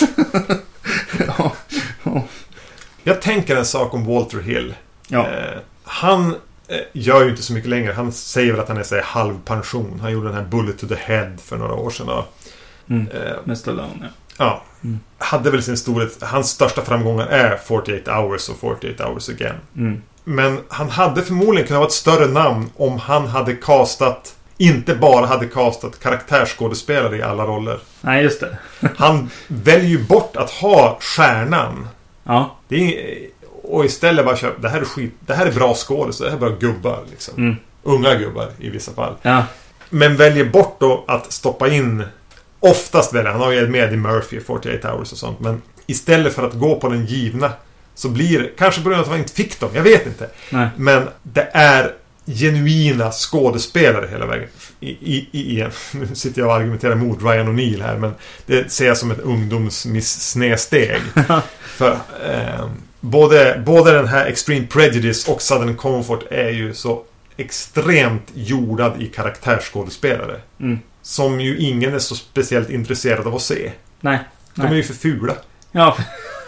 Ja. Ja. Jag tänker en sak om Walter Hill. Ja. Eh, han gör ju inte så mycket längre. Han säger väl att han är så här, halvpension. Han gjorde den här Bullet to the Head för några år sedan. Mm. Eh, Med Stallone, ja. Ja. Mm. Hade väl sin storhet. Hans största framgångar är fyrtioåtta hours och fyrtioåtta hours again. Mm. Men han hade förmodligen kunnat vara ett större namn om han hade castat, inte bara hade castat karaktärsskådespelare i alla roller. Nej, just det. Han väljer ju bort att ha stjärnan. Ja. Det är... Och istället bara köpa, det här är skit, det här är bra skådespel, det här är bara gubbar liksom. Mm. Unga gubbar i vissa fall. Ja. Men väljer bort då att stoppa in, oftast väljer, han har ju med i Murphy fyrtioåtta hours och sånt, men istället för att gå på den givna så blir det, kanske på grund av att man inte fick dem, jag vet inte. Nej. Men det är genuina skådespelare hela vägen. I, i, i en. Nu sitter jag och argumenterar mot Ryan O'Neill här, men det ser jag som ett ungdomsmiss-snedsteg. För eh, Både, både den här Extreme Prejudice och Southern Comfort är ju så extremt jordad i karaktärsskådespelare. Mm. Som ju ingen är så speciellt intresserad av att se. Nej. De nej. är ju för fula. Ja.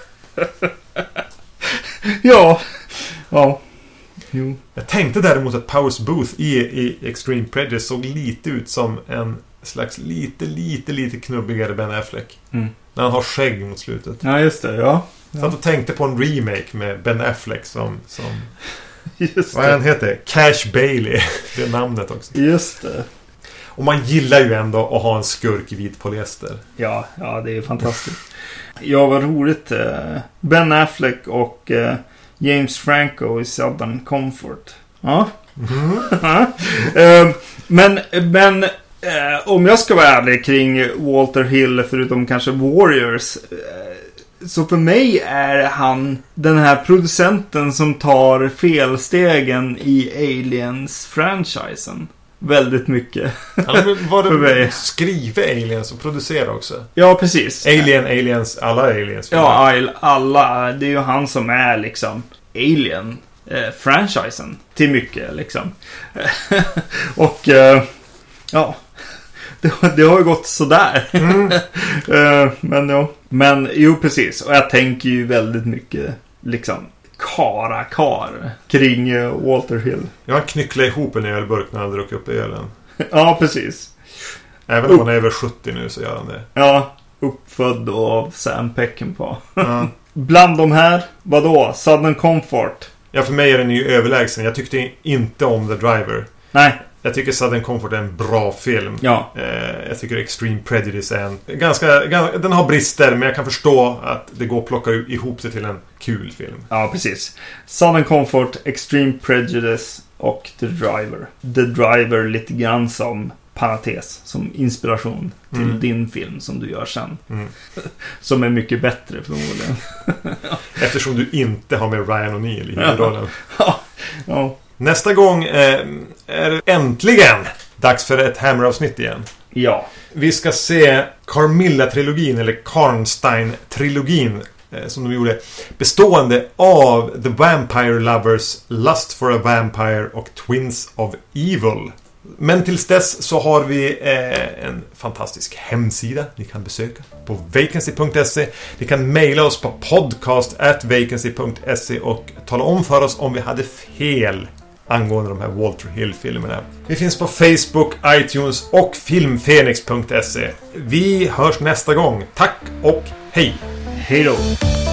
ja. Ja. Jo. Jag tänkte däremot att Powers Booth i, i Extreme Prejudice såg lite ut som en slags lite, lite, lite knubbigare Ben Affleck. Mm. När han har skägg mot slutet. Ja, just det. Ja. Så att jag tänkte på en remake med Ben Affleck som, som just vad han heter? Cash Bailey. Det är namnet också. Just det. Och man gillar ju ändå att ha en skurk i vit polyester. Ja, ja, det är fantastiskt. Ja, vad roligt. Ben Affleck och James Franco i Southern Comfort. Ja. Mm. men men om jag ska vara ärlig kring Walter Hill, förutom kanske Warriors, så för mig är han den här producenten som tar felstegen i Aliens-franchisen. Väldigt mycket. Han var det skriva Aliens och producera också. Ja, precis. Alien, Aliens, alla Aliens. Ja, alla. Det är ju han som är liksom Alien-franchisen till mycket liksom. och ja... Det, det har ju gått sådär. Mm. uh, men ja. Men jo, precis. Och jag tänker ju väldigt mycket liksom kara-kar kring uh, Walter Hill. Ja, han knycklar ihop en ölburk när han druckit upp ölen. Ja, precis. Även om han är över sjuttio nu så gör han det. Ja, uppfödd av Sam Peckinpah. Mm. Bland de här, vadå? Southern Comfort. Ja, för mig är den ju överlägsen. Jag tyckte inte om The Driver. Nej. Jag tycker Southern Comfort är en bra film. Ja. Eh, jag tycker Extreme Prejudice är en ganska, ganska... Den har brister, men jag kan förstå att det går att plocka ihop sig till en kul film. Ja, precis. Southern Comfort, Extreme Prejudice och The Driver. The Driver lite grann som parentes, som inspiration till mm. din film som du gör sen. Mm. Som är mycket bättre förmodligen. Eftersom du inte har med Ryan O'Neill i huvudrollen. Ja. Ja. Nästa gång eh, är det äntligen dags för ett Hammer-avsnitt igen. Ja. Vi ska se Carmilla-trilogin, eller Karnstein-trilogin, eh, som de gjorde, bestående av The Vampire Lovers, Lust for a Vampire och Twins of Evil. Men tills dess så har vi eh, en fantastisk hemsida ni kan besöka på vacancy punkt se. Ni kan mejla oss på podcast at vacancy punkt se och tala om för oss om vi hade fel angående de här Walter Hill-filmerna. Vi finns på Facebook, iTunes och filmfenix punkt se. Vi hörs nästa gång. Tack och hej! Hej då!